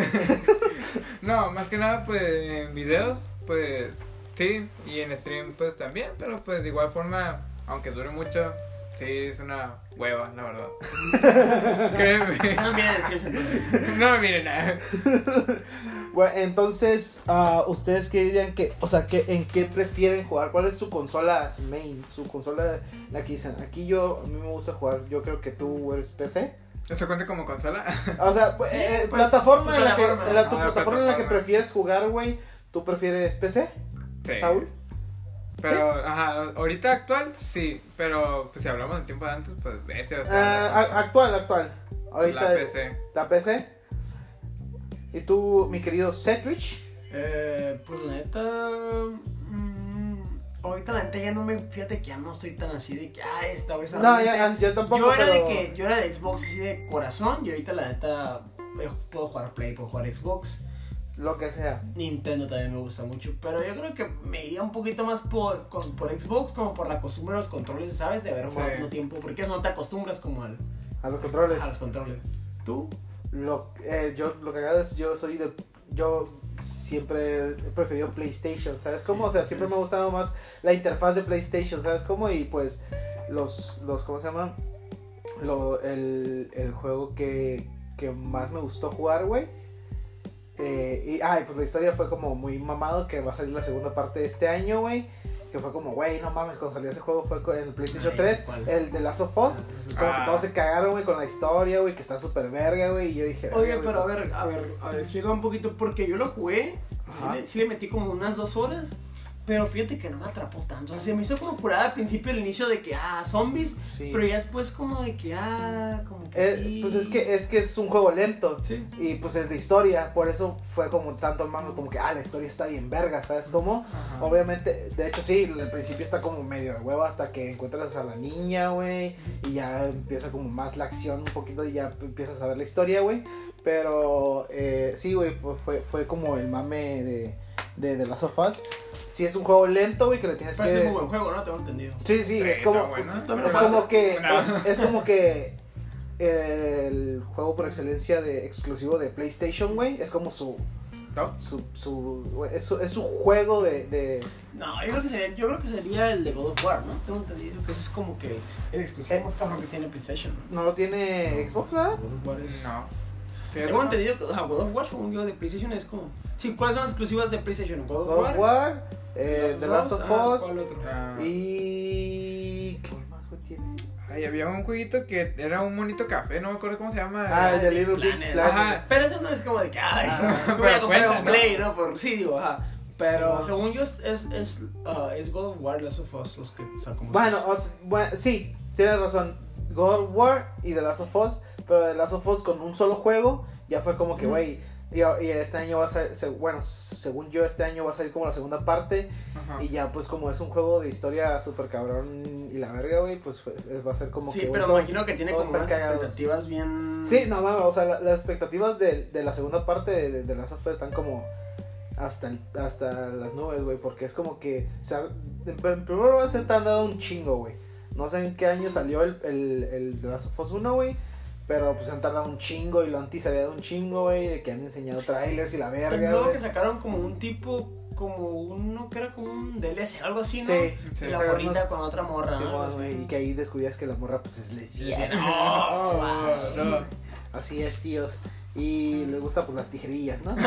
No, más que nada, pues en videos, pues sí, y en stream, pues también, pero pues de igual forma, aunque dure mucho, sí, es una hueva, la verdad. Créeme. No miren el streams entonces. No me miren nada. Bueno, entonces, ah, ¿ustedes qué dirían que, o sea, que, en qué prefieren jugar? ¿Cuál es su consola, su main, su consola, la que dicen? Aquí yo, a mí me gusta jugar, yo creo que tú eres P C. ¿Esto cuenta como consola? O sea, pues, Sí, eh, pues, plataforma tu en la que, plataforma. en la, tu Ah, plataforma en la que plataforma. prefieres jugar, güey, ¿tú prefieres P C, Sí. Saúl? Pero, ajá, ahorita actual, sí, pero pues si hablamos del tiempo de antes, pues ese, o sea, Ah, a- actual, actual. Ahorita, la P C. la P C. ¿Y tú, mi querido Cetrich? Eh, pues la neta. mm, ahorita la neta ya no me. Fíjate que ya no estoy tan así de que. Ah, esta o esa. No, realmente- ya, yo tampoco, Yo era pero... de que. Yo era de Xbox así de corazón. Y ahorita la neta. eh, Puedo jugar Play, puedo jugar Xbox. Lo que sea. Nintendo también me gusta mucho. Pero yo creo que me iría un poquito más por, con- por Xbox. Como por la costumbre de los controles, ¿sabes? De haber jugado Sí. tanto tiempo. Porque eso no te acostumbras como al, A los controles. a los controles. ¿Tú? Lo, eh, yo lo que hago es, yo soy de, yo siempre he preferido PlayStation, ¿sabes cómo? O sea, siempre me ha gustado más la interfaz de PlayStation, ¿sabes cómo? Y pues los, los ¿cómo se llama? Lo, el, el juego que, que más me gustó jugar, güey. Eh, y, ay, pues la historia fue como muy mamado, que va a salir la segunda parte de este año, güey. Que fue como, güey, no mames, cuando salió ese juego fue con- en el PlayStation Ay, tres, ¿cuál? el de Last of Us. Como que Ah. todos se cagaron, güey, con la historia, güey, que está súper verga, güey. Y yo dije, Oye, güey, pero a pues, ver, a ver, a ver, explica un poquito, porque yo lo jugué, sí Ajá. le, sí le metí como unas dos horas, pero fíjate que no me atrapó tanto, o sea, se me hizo como curada al principio, el inicio de que, ah, zombies, Sí. pero ya después como de que, ah, como que Eh, sí. Pues es que, es que es un juego lento. Sí. Y pues es de historia. Por eso fue como tanto mame, como que, ah, la historia está bien verga, ¿sabes cómo? Ajá. Obviamente, de hecho sí, al principio está como medio de huevo hasta que encuentras a la niña, güey. Y ya empieza como más la acción un poquito y ya empiezas a ver la historia, güey. Pero eh, sí, güey, fue, fue, fue como el mame de, de, de Last of Us. Sí es un juego lento, güey, que le tienes Pero es que... un muy buen juego, ¿no? Tengo entendido. Sí, sí, Sí, es como... está bueno. Es Pero como que... No. Es como que... El juego por excelencia de exclusivo de PlayStation, güey. Es como su... ¿No? Su, su, güey, es, su, es su juego de, de... No, yo creo, que sería, yo creo que sería el de God of War, ¿no? Tengo entendido que ese es como que el exclusivo Eh. más cabrón que tiene PlayStation, ¿no? ¿No lo tiene Xbox, verdad? God of War es... No. Sí, Tengo ¿no? entendido que o sea, God of War, según yo, de PlayStation es como... Sí, ¿cuáles son las exclusivas de PlayStation? God of God War, of War, eh, The Last of ah, Us ¿cuál otro? Ah. y... ¿Qué más, güey, tiene? Ay, había un jueguito que era un monito café, no me acuerdo cómo se llama. Ah, el de Little Little Big Planet. Planet. Ajá. Pero eso no es como de que, ay, Ah, voy a pero comprar cuenta, un ¿no? Play, ¿no? Por, sí, digo, ajá. Pero Sí, según yo es, es, es, uh, es God of War, Last of Us, los que son como... Bueno, o sea, bueno, sí, tienes razón. God of War y The Last of Us, pero The Last of Us con un solo juego ya fue como que, Ujú. güey, y, y este año va a ser, se- bueno, según yo este año va a salir como la segunda parte Ajá. y ya pues como es un juego de historia súper cabrón y la verga, güey, pues fue- va a ser como sí, que, güey, pero todos- imagino que tiene todos como están unas cagados. expectativas bien... Sí, no mames, o sea, la- las expectativas de, de la segunda parte de, de, de Last of Us están como hasta, el- hasta las nubes, güey, porque es como que, o sea, en, en primer lugar se te han dado un chingo, güey. No sé en qué año salió el, el, el The Last of Us uno, güey, Pero pues han tardado un chingo y lo han teasereado un chingo, güey, de que han enseñado trailers y la verga, Luego güey. que sacaron como un tipo, como uno que era como un D L C, algo así, ¿no? Sí, sí. La Pero morrita no- con otra morra, Sí, ¿no? bueno, Algo güey, así. y que ahí descubrías que la morra pues es lesbiana. No, Oh, sí. no. Así es, tíos. Y le gusta pues las tijerillas, ¿no?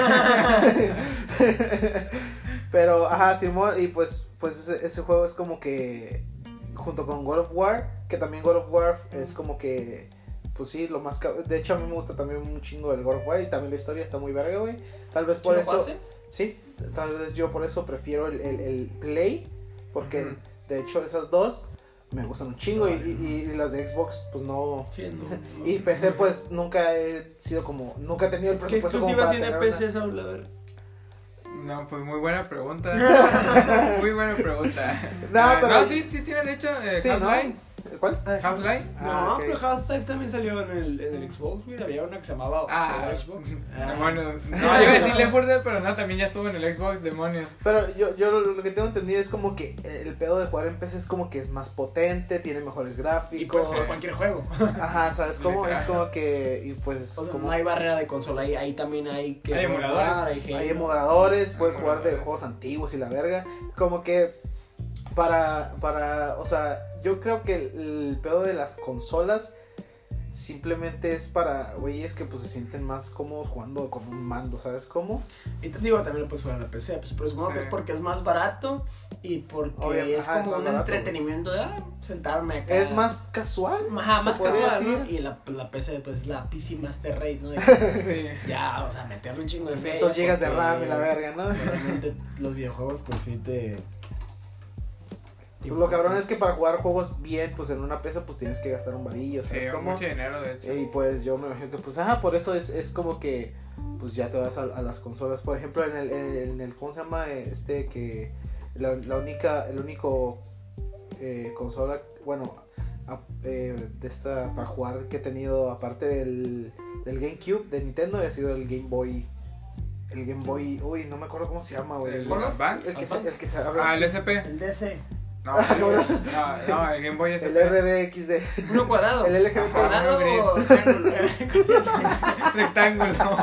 Pero, ajá, Simón, y pues, pues ese, ese juego es como que, junto con God of War, que también God of War es como que, pues sí, lo más... cab- De hecho, a mí me gusta también un chingo el God of War y también la historia está muy verga, güey. Tal vez por ¿Sí lo eso... jugaste? Sí, tal vez yo por eso prefiero el, el, el Play, porque Ujú. de hecho esas dos me gustan un chingo y, y, y las de Xbox pues no... Sí, no, no. Y P C pues nunca he sido como, nunca he tenido el ¿Qué presupuesto como exclusivas para tiene tener P C una- esa, a ver? No, pues muy buena pregunta. Muy buena pregunta. No, Ah, pero- no, sí, sí tiene de hecho eh, Sí, ¿no? Half-Life. ¿Cuál? Half-Life. No, Ah, ok. pero Half-Life también salió en el, en el Xbox, güey. Había una que se llamaba Ah, Xbox. Bueno, no iba a decir Left four Dead, pero no, también ya estuvo en el Xbox, demonios. Pero yo, yo lo, lo que tengo entendido es como que el pedo de jugar en P C es como que es más potente, tiene mejores Y gráficos. pues jugar cualquier juego. Ajá, ¿sabes cómo? Es Literal. como que, y pues, O sea, como no hay barrera de consola, ahí, ahí también hay que Hay jugar, emuladores. hay, gente. hay emuladores, puedes Hay jugar de emuladores. juegos antiguos y la verga. Como que para, para, o sea, yo creo que el, el pedo de las consolas simplemente es para güeyes que pues se sienten más cómodos jugando con un mando, ¿sabes cómo? Y te digo, también lo puedes jugar en la P C, pues, pero supongo Sí. que es porque es más barato y porque Obvio, es ajá, es como más un barato, entretenimiento de ah, sentarme acá. Es más casual. Ajá, se más podría casual, ¿no? decir. Y la, la P C, pues la P C Master Race, ¿no? De que Sí. ya, o sea, meterle un chingo de fe. dos gigas de porque RAM y la verga, ¿no? Realmente los videojuegos, pues sí te. Pues lo cabrón es que para jugar juegos bien, pues en una P C pues tienes que gastar un varillo, Sí, ¿sabes cómo? mucho dinero, de hecho. Y pues yo me imagino que pues, ajá, por eso es, es como que pues ya te vas a, a las consolas. Por ejemplo, en el, en el, en el- ¿cómo se llama? Este que la, la única, el único eh, consola, bueno, a- eh, de esta para jugar que he tenido aparte del, del GameCube de Nintendo ha sido el Game Boy. El Game Boy, uy, no me acuerdo cómo se llama, güey. ¿El El, Advance? el que se, Advance? el que se abre Ah, el así. S P. El D S. No, no, no, el Game Boy S El P. R D X D. Uno cuadrado. El L G B T. Cuadrado Gris. o rectangular. Rectángulo.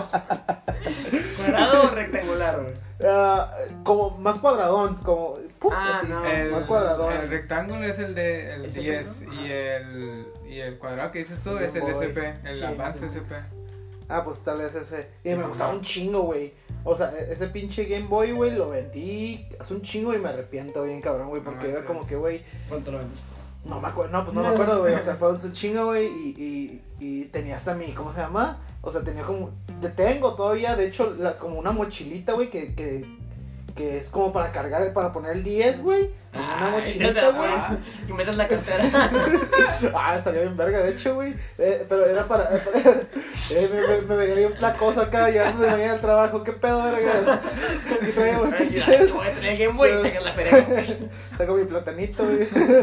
Cuadrado o rectangular, güey. Ah, como más cuadradón, como ¡pum! Ah, así, no, El, más cuadradón. el rectángulo es el de el ¿S P, diez no? y Ajá. el y el cuadrado que dices tú El es el Game Boy. S P, el Sí, Advance sí. S P. Ah, pues tal vez ese. Y me Ese gustaba no. un chingo, güey. O sea, e- ese pinche Game Boy, güey, lo vendí hace un chingo y me arrepiento bien, cabrón, güey. Porque No era manches. como que, güey, ¿Cuánto lo vendiste? no me acuerdo, no, pues no me acuerdo, güey. O sea, fue un chingo, güey. Y, y, y tenía hasta mi, ¿cómo se llama? O sea, tenía como. Te tengo todavía, de hecho, la, como una mochilita, güey, que, que, que es como para cargar, para poner el diez, güey. Como una Ay, mochilita, te- güey. Y metes la cartera. Ah, estaría bien verga, de hecho, güey. Eh, pero era para. eh, para- eh, me, me, me vería bien placoso acá, llegando de mañana al trabajo. ¿Qué pedo, vergas? Y traigo Ahora sí, pinches. ay, voy a traer el Game Boy y sacar la feria. Saco mi platanito, güey.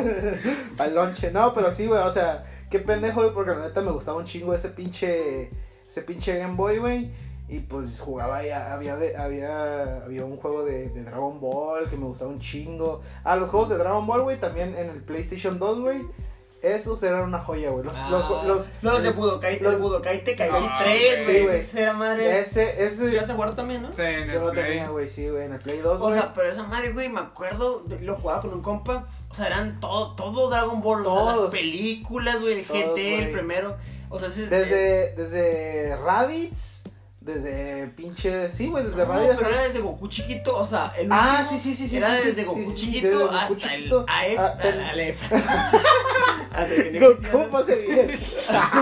Al lonche. No, pero sí, güey. O sea, qué pendejo, güey, porque la neta me gustaba un chingo ese pinche. Ese pinche Game Boy, güey. Y pues jugaba ahí, había, de, había, había un juego de, de Dragon Ball que me gustaba un chingo. Ah, los juegos de Dragon Ball, güey, también en el PlayStation dos, güey. Esos eran una joya, güey. Los, Ah, los, los, los de Budokai, los- los Budokai te caí No, tres, sí, güey. güey. Esa era madre. Ese, ese. ¿Sí vas a jugar también, no? Sí, en Yo el lo Play. tenía, güey, sí, güey, en el Play dos, O güey. sea, pero esa madre, güey, me acuerdo, de- lo jugaba con un compa, o sea, eran todo, todo Dragon Ball, o sea, Todos. las películas, güey, el G T, Todos, güey. el primero, o sea, ese, Desde, desde Raditz, desde pinche, sí, güey, desde no, Raditz. pero era desde Goku chiquito, o sea, el Ah, último sí, sí, sí, sí, era sí, sí, desde Goku sí, sí, chiquito desde Goku hasta chiquito, el A F, ah, al, ten- al F. Hasta que no existía, Goku ¿no? pase diez.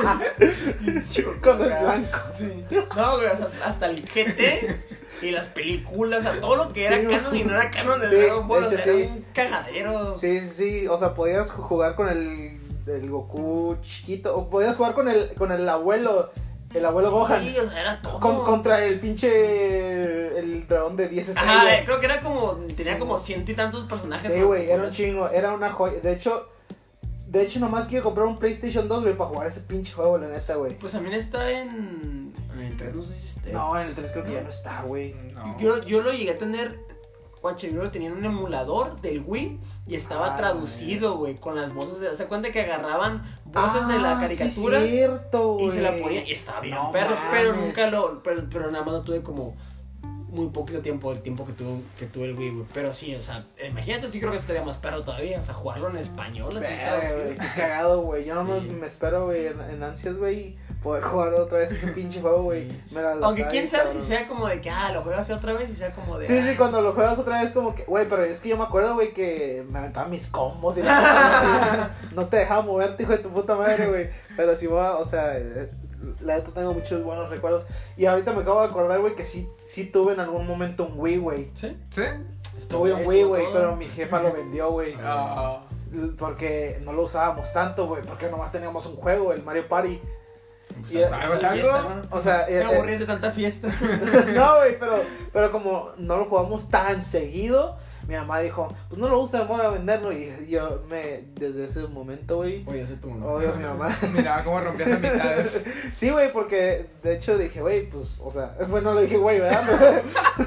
Cuando es blanco. Sí. No, güey, o sea, hasta el G T y las películas, o sea, todo lo que era Sí, canon y no era canon de sí, Dragon Ball, de o sea, hecho, era sí. un cagadero. Sí, sí, sí, o sea, podías jugar con el, el Goku chiquito, o podías jugar con el, con el abuelo, el abuelo Gohan, Sí, o sea, era todo. con, contra el pinche, el dragón de diez Ajá, estrellas. creo que era como, tenía Sí. como ciento y tantos personajes. Sí, más güey, era un populares. chingo, era una joya, de hecho, de hecho nomás quiero comprar un PlayStation dos, güey, para jugar ese pinche juego, la neta, güey. Pues también está en, en el tres, no sé si está. No, en el tres creo que ya no está, güey. No. Yo, yo lo llegué a tener Watcher Girl tenían un emulador del Wii y estaba Ah, traducido, güey, con las voces de... ¿Se cuenta que agarraban voces de la Ah, caricatura? Sí, cierto, Y se la güey. ponían y estaba bien No perro, pero mames. nunca lo... Pero, pero nada más lo tuve como muy poquito tiempo, el tiempo que tuve, que tuve el Wii, güey. Pero sí, o sea, imagínate, yo creo que estaría más perro todavía, o sea, jugarlo en español, así, Verga, traducido. güey, qué cagado, güey. Yo no me, Sí. me espero, güey, en, en ansias, güey, poder jugar otra vez ese pinche juego, güey. Sí. Me la- la Aunque está quién bien, sabe cabrón. si sea como de que, ah, lo juegas otra vez y sea como de... Sí, sí, ah, cuando lo juegas otra vez como que, güey, pero es que yo me acuerdo, güey, que me aventaba mis combos y la no te dejaba moverte, hijo de tu puta madre, güey. Pero sí, bueno, o sea, eh, la neta tengo muchos buenos recuerdos. Y ahorita me acabo de acordar, güey, que sí, sí tuve en algún momento un Wii, güey. ¿Sí? ¿Sí? Tuve un Wii, güey, todo. pero mi jefa lo vendió, güey. Ah, Porque no lo usábamos tanto, güey, porque nomás teníamos un juego, el Mario Party. Pues, Y- ¿algo? ¿algo? Fiesta, ¿no? O sea, Me eh, aburrí de tanta fiesta. no, güey, pero, pero como no lo jugamos tan seguido, mi mamá dijo, pues no lo usa, vamos a venderlo. Y yo me, desde ese momento, güey, Oye, ese tú no. odio a mi mamá. miraba cómo rompías amistades. Sí, güey, porque de hecho dije, güey, pues, o sea, bueno, le dije, güey, ¿verdad?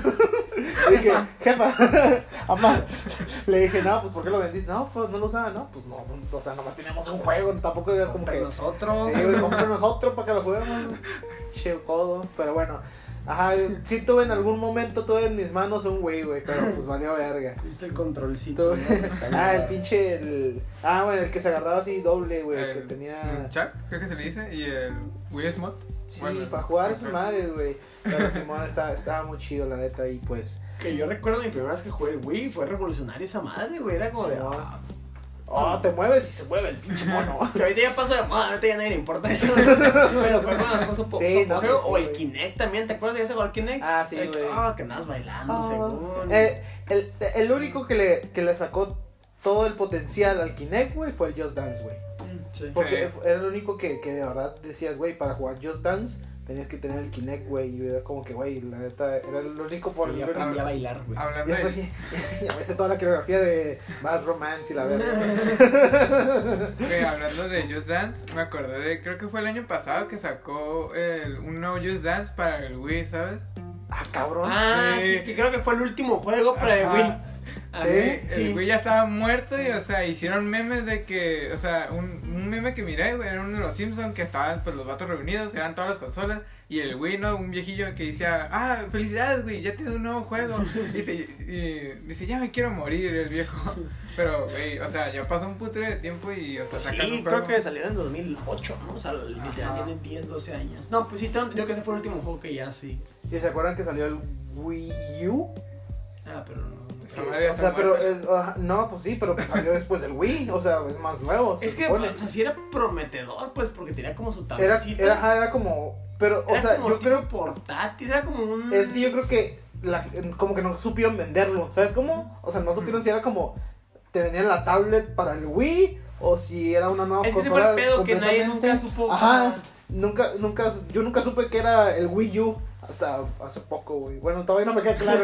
Le dije, jefa, mamá, le dije, no, pues, ¿por qué lo vendiste? No, pues, no lo usaba, no, pues, no, o sea, nomás teníamos un juego, tampoco era como que... Nosotros. Sí, güey, cómpranos otro para que lo juguemos. Che, codo. Pero bueno, ajá, sí tuve en algún momento, tuve en mis manos un Wii, güey, pero pues valió verga. Viste el controlcito. Tuve- ¿no? Ah, el pinche, el... Ah, bueno, el que se agarraba así doble, güey, el que El tenía... Chuck, creo que se le dice, y el Wii Smot. Sí, Bueno, para jugar esas ok. madres, güey. Pero Simón estaba, estaba muy chido, la neta, y pues... Que yo recuerdo mi primera vez que jugué el Wii, fue revolucionario esa madre, güey. Era como de. Simón. ah, Oh, te mueves y se mueve el pinche mono. que ahorita ya pasó de moda, ahorita ya a nadie le importa eso. Pero fue cuando las cosas Sí, no, pues sí, o el güey. Kinect también, ¿te acuerdas de ese juego el Kinect? Ah, sí, El que- güey. Ah, que andabas bailando, según. Eh, el, el único que le, que le sacó todo el potencial al Kinect, güey, fue el Just Dance, güey. Sí. Porque Sí. era el único que, que de verdad decías, güey, para jugar Just Dance tenías que tener el Kinect, güey. Y era como que, güey, la neta, era el único por el Ya único. aprendí a bailar, güey. Hablando Ya, de... güey, ya me sé toda la coreografía de Bad Romance y la verga. Güey, hablando de Just Dance, me acordé de, creo que fue el año pasado que sacó el, un nuevo Just Dance para el Wii, ¿sabes? Ah, cabrón. Ah, sí, Sí. que creo que fue el último juego para el Ajá. Wii. Ah, ¿Sí? El güey ya estaba muerto y, o sea, hicieron memes de que, o sea, un, un meme que miré, güey, era uno de los Simpsons que estaban, pues, los vatos reunidos, eran todas las consolas, y el güey, ¿no? Un viejillo que decía, ah, felicidades, güey, ya tienes un nuevo juego. Y dice, y, dice, ya me quiero morir, el viejo. Pero, güey, o sea, ya pasó un putre de tiempo y, o sea, Pues sacan sí, un creo juego. que salieron en dos mil ocho, ¿no? O sea, literal Ajá. tienen diez, doce años. No, pues sí, tengo entendido que ese fue el último juego que ya sí. ¿Y se acuerdan que salió el Wii U? Ah, pero no. no. La madre ya O sea, está pero muerta. es. ajá, no, pues sí, pero pues salió después del Wii. O sea, es más nuevo. Se Es que, supone. o sea, sí era prometedor, pues, porque tenía como su Era, tabletcito. era, ajá, era como. Pero, o Era sea, como yo tipo creo. portátil, era como un... Es que yo creo que. La, como que no supieron venderlo. ¿Sabes cómo? O sea, no supieron si era como. Te vendían la tablet para el Wii. O si era una nueva Es que ese consola. fue el pedo que nadie completamente. nunca supo. Ajá. Nunca, nunca. Yo nunca supe que era el Wii U. Hasta hace poco, güey. Bueno, todavía no me queda claro,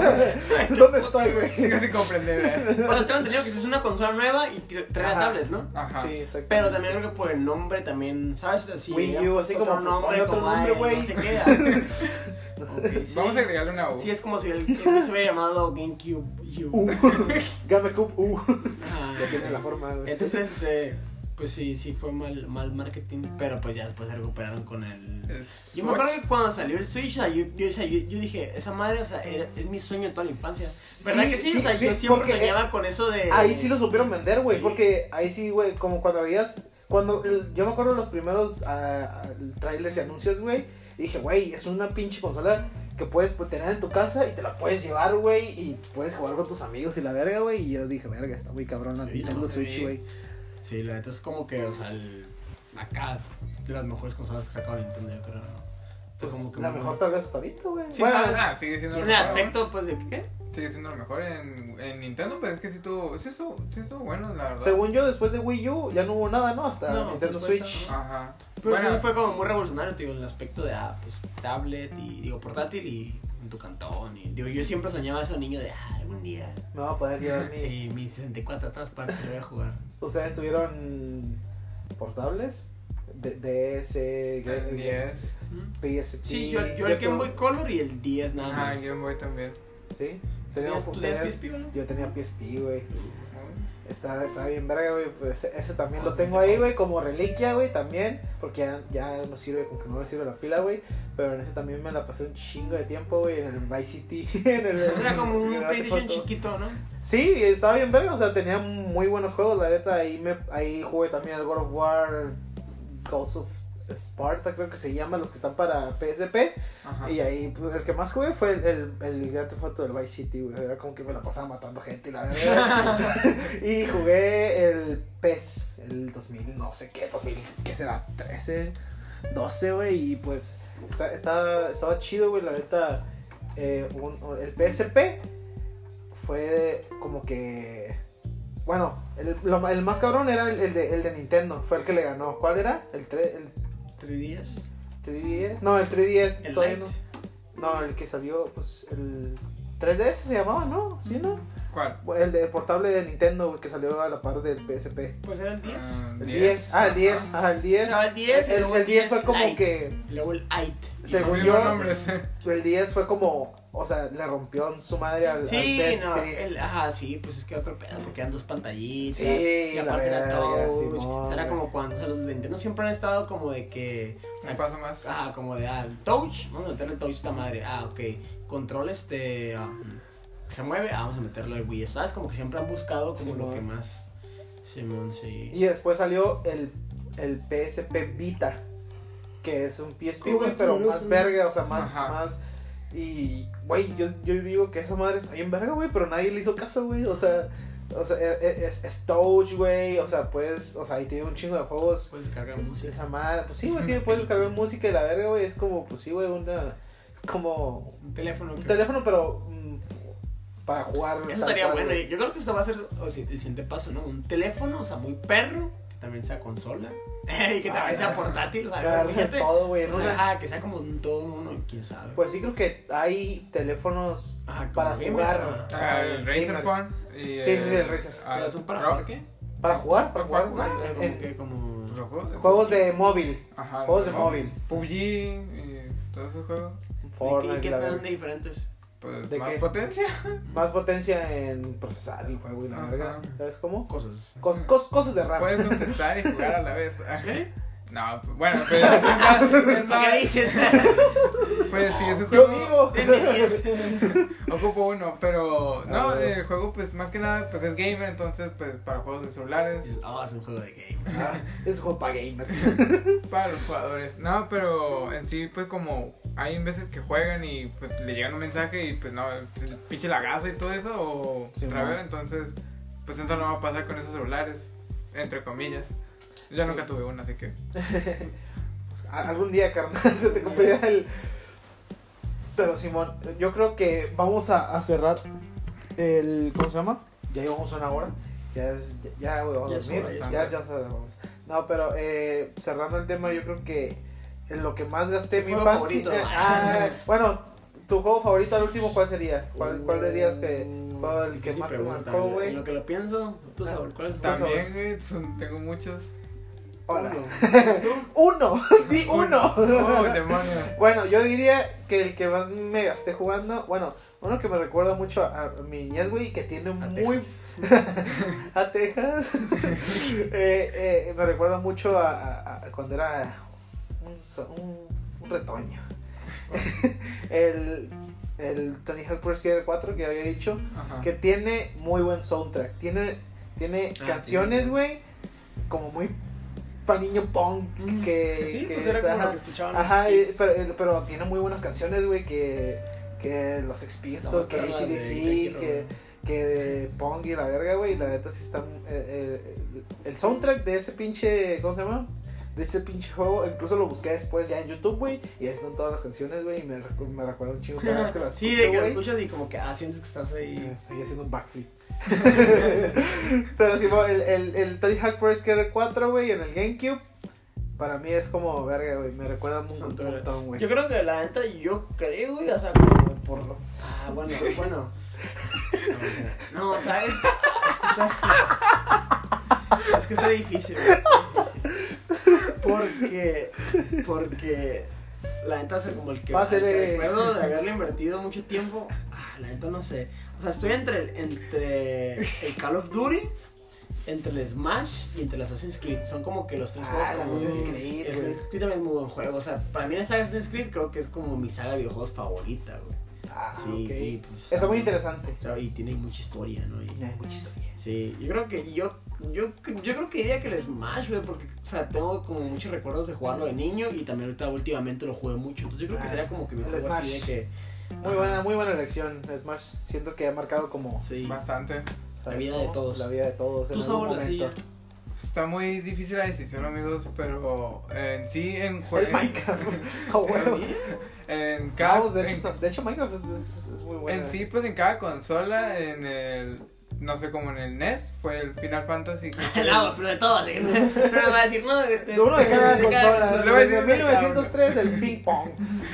¿no? ¿Dónde estoy, güey? Sigo sin comprender, ¿eh? O sea, tengo entendido que es una consola nueva y tra- trae la Ajá. tablet, ¿no? Ajá. Sí, exacto. Pero también creo que por el nombre también, ¿sabes? Así, Wii le han U, puesto así como, otro pues, nombre, ponle otro como, nombre, ay, güey. No sé qué. ah. Ok, sí. Vamos a agregarle una U. Sí, es como si el, el se hubiera llamado GameCube U. Uh. GameCube. Uh. Ajá. Ya tiene la forma, güey. Entonces, este, pues sí, sí fue mal, mal marketing, pero pues ya después se recuperaron con el... El Yo me Switch. acuerdo que cuando salió el Switch, o sea, yo, yo, o sea, yo, yo dije, esa madre, o sea, era- es mi sueño de toda la infancia. Sí, ¿Verdad que sí? sí, O sea, sí, yo siempre porque, soñaba con eso de... Ahí sí lo supieron vender, güey, Sí. porque ahí sí, güey, como cuando veías, cuando, yo me acuerdo de los primeros ah, ah, trailers y anuncios, güey, y dije, güey, es una pinche consola que puedes pues, tener en tu casa y te la puedes llevar, güey, y puedes jugar con tus amigos y la verga, güey, y yo dije, verga, está muy cabrón la Sí, Nintendo no, Switch, sí. güey. Sí, la neta es como que, o sea, el, acá, de las mejores consolas que sacaba Nintendo, yo creo, ¿no? Está Pues, como que la muy- mejor tal vez hasta ahorita, güey. Sí, bueno, Ah, sigue siendo lo En el mejor. aspecto, pues, de qué? Sigue siendo lo mejor en, en Nintendo, pero es que sí estuvo, sí estuvo, sí estuvo bueno, la verdad. según yo, después de Wii U ya no hubo nada, ¿no? Hasta No, Nintendo pues fue Switch. esa, Ajá. Pero Bueno, sí fue como muy revolucionario, tío, en el aspecto de, ah, pues, tablet y, digo, portátil y en tu cantón. Y, digo, yo siempre soñaba eso, niño, de, ah, algún día. Me va a poder llevar mi... Sí, mi sesenta y cuatro a todas partes lo voy a jugar. ¿Ustedes tuvieron portables? De, DS, el diez. P S P. Sí, yo, yo el Game Boy tuve- Color y el diez nada Ajá, más. el Game Boy también. Sí. Tenía, ¿Tú tenía- tenías P S P, no? yo tenía P S P, güey. Estaba, estaba bien verga, güey. Pues ese también lo tengo ahí, güey, como reliquia, güey, también. Porque ya, ya no sirve, como que no le sirve la pila, güey. Pero en ese también me la pasé un chingo de tiempo, güey, en el Vice City. en el, Era como un en el PlayStation Auto. chiquito, ¿no? Sí, estaba bien verga, o sea, tenía muy buenos juegos, la neta. Ahí, me, ahí jugué también el God of War, Ghost of Sparta, creo que se llama, los que están para P S P. Ajá. Y ahí, pues, el que más jugué fue el, el, el Grand Theft Auto del Vice City, güey. Era como que me la pasaba matando gente y la verdad. Y jugué el P E S, el dos mil, no sé qué, dos mil, ¿qué será? trece, doce, güey. Y pues, está, está, estaba chido, güey, la neta. Eh, un, el P S P fue como que... Bueno, el, lo- el más cabrón era el, el, de, el de Nintendo, fue el que le ganó. ¿Cuál era? El, tre, el tres D S. tres D S. No, el tres D S El todavía Lite. no. No, el que salió, pues el tres D S se llamaba, ¿no? ¿Sí, no? ¿Cuál? El de portable de Nintendo, güey, que salió a la par del P S P. Pues era el diez. Ah, El diez. Ah, el diez. Ah. Ajá, el diez. No, el diez y El, luego el el diez fue diez como Lite. que, Y luego el I T. según Los yo, mismos nombres. el diez fue como, o sea, le rompió en su madre al, Sí, al P S no, P. el, ajá, sí, pues es que otro pedo, porque eran dos pantallitas. Sí, y la aparte era verga, touch. Simón, Era güey. como cuando, o sea, los de Nintendo siempre han estado como de que. Un paso más. Ajá, como de, ah, el touch, vamos a meterle el touch a esta madre. Ah, ok. Control este. ah, se mueve, ah, vamos a meterle al Wii. ¿Sabes? Como que siempre han buscado como Simón. lo que más. Simón, sí. Y después salió el, el P S P Vita, que es un P S P, güey, pero más verga, o sea, más, Ajá. más... Y, güey, yo, yo digo que esa madre está bien verga, güey, pero nadie le hizo caso, güey, o sea... O sea, es, es touch, güey, o sea, pues, o sea, ahí tiene un chingo de juegos. Puedes descargar música. Esa madre, pues sí, güey, tiene- puedes descargar música y la verga, güey, es como, pues sí, güey, una... Es como Un teléfono. un que- teléfono, pero mm, para jugar. Eso tal estaría cual, bueno. güey. Yo creo que esto va a ser o sea, el siguiente paso, ¿no? Un teléfono, o sea, muy perro, que también sea consola. Y que también sea portátil, o sea, Agarrar imagínate, todo, güey, en o sea, una... ajá, que sea como un todo uno, quién sabe. Pues sí, creo que hay teléfonos Ajá, como para gamers, jugar. ajá. Ah, el Razer gamers. Phone. Y Sí, sí, sí, el Razer. ah, Pero son para Ro- jugar, ¿qué? Para jugar, para jugar, Para jugar, güey, Como en- que como... los juegos de juegos P U B G. de móvil, Ajá, juegos de ¿no? móvil. P U B G y todos esos juegos. ¿Y Fortnite, qué la tan verga. de diferentes? Pues ¿De más qué? potencia. Más potencia en procesar el juego y la Ajá. verga. ¿Sabes cómo? Cosas. Cos- cos- cosas de RAM. Puedes contestar y jugar a la vez. ¿Sí? No, pues, bueno, pero es más, es más, ¿Qué dices? pues sí, es un Yo juego. digo. Deme diez. Ocupo uno, pero no, Ah, el juego pues más que nada pues es gamer, entonces pues para juegos de celulares, Dices, oh, es un juego de game. Ah, es un juego para gamers. para los jugadores. No, pero en sí pues como hay veces que juegan y pues le llegan un mensaje y pues no, el pinche lagazo y todo eso o Sí, otra man. vez, entonces pues eso no va a pasar con esos celulares, entre comillas. Yo Sí. nunca tuve uno, así que Pues, a- algún día, carnal, se te cumplirá el... Pero Simón, yo creo que vamos a, a cerrar el... ¿Cómo se llama? Ya llevamos una hora. Ya es... Ya, ya, güey, vamos Ya a es dormir. hora, ya Ya, es ya, hora. ya, vamos. No, pero eh, cerrando el tema, yo creo que en lo que más gasté Tu mi juego infancia... favorito. eh, ah, bueno, ¿tu juego favorito al último cuál sería? ¿Cuál, cuál dirías que fue el que Sí, más te pregunta, marcó, En güey? lo que lo pienso, tú Ah. sabes, ¿cuál es tu también güey, son- tengo muchos. Hola. Uno. ¡Uno! ¡Di uno! Oh, demonios. Bueno, yo diría que el que más me gasté jugando, bueno, uno que me recuerda mucho a, a mi niñez, güey, que tiene A muy... Texas. a Texas. eh, eh, me recuerda mucho a, a- a cuando era un, so- un, un retoño. el, el Tony Hawk Pro Skater cuatro que había dicho, Ajá. que tiene muy buen soundtrack. Tiene, tiene Ah, canciones, sí. güey, como muy pa' niño punk, que... Sí, que pues era es, como ajá. lo que escuchaban Ajá, los y- kids. pero, el- pero tiene muy buenas canciones, güey, que, que los Sex Pistols, que No, pero la de A C D C, Take It que, Over. que de Pong y la verga, güey, la neta sí está... eh, eh, el soundtrack de ese pinche, ¿cómo se llama? De ese pinche juego, incluso lo busqué después ya en YouTube, güey, y ahí están todas las canciones, güey, y me, recu- me recuerda un chingo cada vez que las Sí, escucho, de que lo güey. escuchas y como que ah, sientes que estás ahí. Estoy haciendo un backflip. Pero sí, el, el, el Tony Hawk Pro Skater cuatro, güey, en el GameCube, para mí es como, verga, güey, me recuerda un Santo, montón, güey. Yo creo que la neta, yo creo, güey, o sea, como por lo. Ah, bueno, bueno. No, ¿sabes? Es que está, es que está difícil, güey, está difícil. Porque. Porque. La neta, o sea, como el que. Va a ser, el que eh. recuerdo de haberle invertido mucho tiempo. Ah, la neta no sé. O sea, estoy entre, entre el Call of Duty, entre el Smash y entre el Assassin's Creed. Son como que los tres Ah, juegos el como Assassin's muy- Creed, el güey. Assassin's Creed también es muy buen juego. O sea, para mí la saga Assassin's Creed creo que es como mi saga de videojuegos favorita, güey. Ah, Sí, ok. y, pues, Está muy muy- interesante. O sea, y tiene mucha historia, ¿no? Y, Hay mucha historia. sí, yo creo que yo, yo, yo creo que diría que el Smash, güey, porque, o sea, tengo como muchos recuerdos de jugarlo de niño y también ahorita últimamente lo jugué mucho. Entonces yo creo que Ah, sería como que mi el juego así de Smash. que... Muy ajá, buena, muy buena elección. Smash siento que ha marcado como Sí. Bastante. ¿sabes vida cómo? de todos. La vida de todos en Tú algún sabor así, momento. Está muy difícil la decisión, amigos, pero en sí, en El juegos. Minecraft. A huevo. En cada. Vamos, de, en- hecho, de hecho Minecraft es, es- es muy bueno. En sí, pues en cada consola, en el, no sé, como en el N E S, fue el Final Fantasy. creo que- No, pero de todo, así, ¿no? Pero me va a decir, no, de, de, Uno de cada de consola. Le voy a decir Desde de mil novecientos tres el ping pong.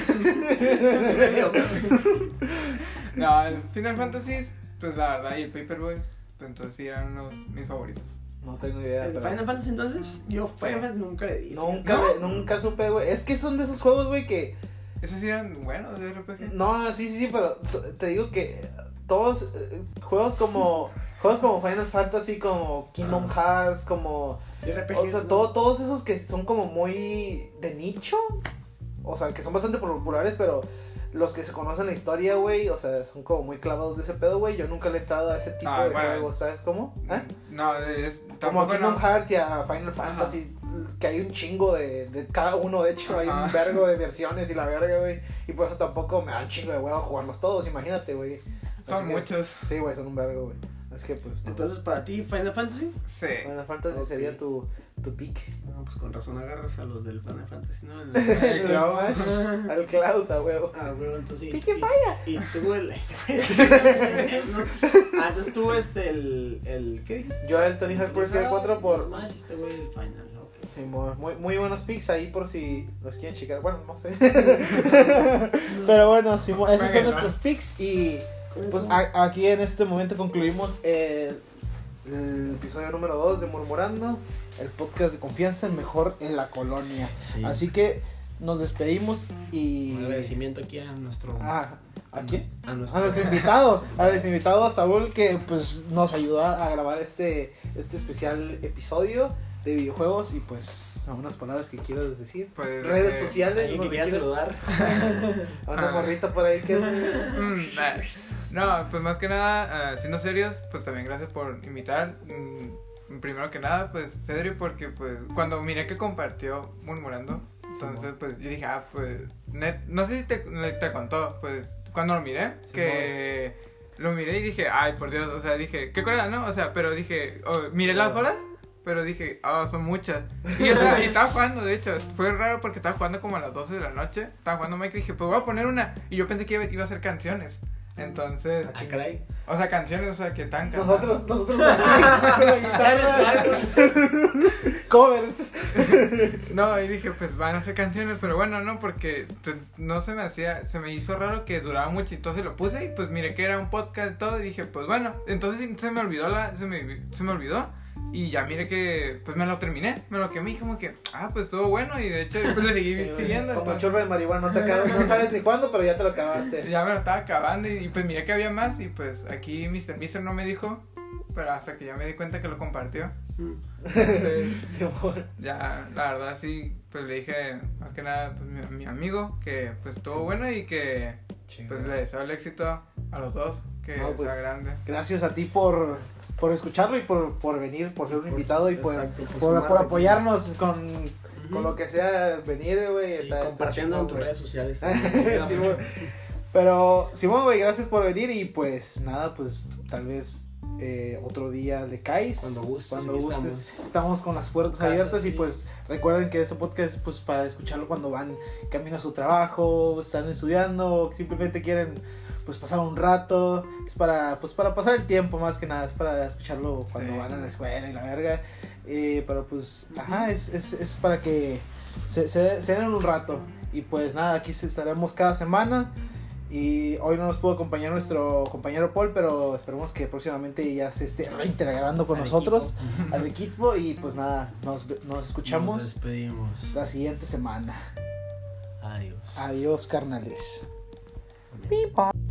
No, el Final Fantasy, pues la verdad, y el Paperboy, pues entonces sí eran unos mis favoritos. No tengo idea. ¿El pero- Final Fantasy entonces? Yo Final Fantasy nunca le di. Nunca, le- nunca supe, güey. Es que son de esos juegos, güey, que. Esos sí eran buenos de R P G. No, sí, sí, sí, pero so- te digo que todos eh, juegos como. Juegos como Final Fantasy, como Kingdom Hearts, como. R P Gs, O sea, ¿no? todo, todos esos que son como muy de nicho. O sea, que son bastante populares, pero los que se conocen la historia, güey, o sea, son como muy clavados de ese pedo, güey. Yo nunca le he entrado a ese tipo Ah, de bueno. juegos, ¿sabes cómo? ¿Eh? No, es, Como a tampoco Kingdom no. Hearts y a Final Fantasy, que hay un chingo de, de cada uno, de hecho, hay un Ajá. vergo de versiones y la verga, güey. Y por eso tampoco me da un chingo de huevo jugarlos todos, imagínate, güey. Son Así que- muchos. Sí, güey, son un vergo, güey. Es que pues. no. Entonces, para ti, Final Fantasy. Sí. Final Fantasy Ok. sería tu, tu pick. No, pues con razón agarras a los del Final Fantasy, ¿no? El- El Cloud. Smash, al Cloud, a huevo. Ah, güey, entonces sí. Pique y- falla. Y tú el. ¿no? Ah, entonces tú este, el. el ¿Qué dijiste? Yo el Tony Hawk Pro Skater cuatro por. Smash y este güey el Final, ok. Sí, muy, muy, muy buenos picks ahí por si los quieren checar. Bueno, no sé. Pero bueno, Simón, esos son Jueguenlo. nuestros picks. Y Con pues eso- a- aquí en este momento concluimos el, el episodio número dos de Murmurando, el podcast de confianza, el mejor en la colonia. Sí. Así que nos despedimos y. Un agradecimiento aquí a nuestro. Ah, ¿a quién? A A nuestro, nuestro invitado, a nuestro invitado Saúl, que pues nos ayudó a grabar este, este especial episodio de videojuegos. Y pues algunas palabras que quieras decir, Pues, redes eh, sociales, alguien que donde quiera quieras- saludar. a una Ah. morrita por ahí que Mm, nah. No, pues más que nada, eh, siendo serios, pues también gracias por invitar. Mm, primero que nada, pues Cedric, porque pues cuando miré que compartió Murmurando, entonces pues yo dije, ah, pues, net- no sé si te, te contó, pues cuando lo miré, Sí, que lo miré y dije, ay, por Dios, o sea, dije, qué cruel, ¿no? O sea, pero dije, oh, miré las horas. Pero dije, ah, son muchas. Y, o sea, y estaba jugando, de hecho, fue raro porque estaba jugando como a las doce de la noche. Estaba jugando Minecraft y dije, pues voy a poner una. Y yo pensé que iba, iba a ser canciones. Entonces, Ah, caray. o sea, canciones, o sea, que tan cantando. nosotros, nosotros aquí, con la guitarra, covers. No, y dije, pues van a ser canciones, pero bueno, no, porque pues, no se me hacía, se me hizo raro que duraba mucho, entonces lo puse y pues miré que era un podcast y todo, y dije, pues bueno, entonces se me olvidó la, se me, se me olvidó, y ya miré que, pues me lo terminé, me lo quemé, y como que, ah, pues estuvo bueno, y de hecho después le seguí Sí, güey, siguiendo, como entonces, chorro de marihuana, no te acabas, no sabes ni cuándo, pero ya te lo acabaste. ya me lo estaba acabando, y, y pues miré que había más, y pues aquí mister Mister no me dijo, pero hasta que ya me di cuenta que lo compartió. Entonces, Sí, amor. ya, la verdad sí, pues le dije más que nada pues, mi, mi amigo que pues estuvo bueno y que pues le deseo el éxito a los dos, que No, pues, sea grande. Gracias a ti por, por escucharlo y por, por venir, por ser un invitado y por, Exacto, por por, sumarte por aquí. apoyarnos con, Ujú. con lo que sea venir, güey. Y Está, está compartiendo en chingón, tus güey. redes sociales. Sí, güey. Pero, Simón, güey, gracias por venir y pues nada, pues tal vez eh, otro día le caes. Cuando gustes, Cuando aquí gustes. estamos. Estamos con las puertas Casa, abiertas y sí. pues recuerden que este podcast es pues para escucharlo cuando van camino a su trabajo, están estudiando, simplemente quieren pues pasar un rato, es para pues para pasar el tiempo más que nada, es para escucharlo cuando Sí. van a la escuela y la verga. Eh, pero pues, ajá, es, es, es para que se, se, se den un rato. Y pues nada, aquí estaremos cada semana. Y hoy no nos pudo acompañar nuestro compañero Paul, pero esperemos que próximamente ya se esté reintegrando con Al nosotros, equipo. al equipo. Y pues nada, nos, nos Nos escuchamos despedimos. la siguiente semana. Adiós. Adiós, carnales. Pipa.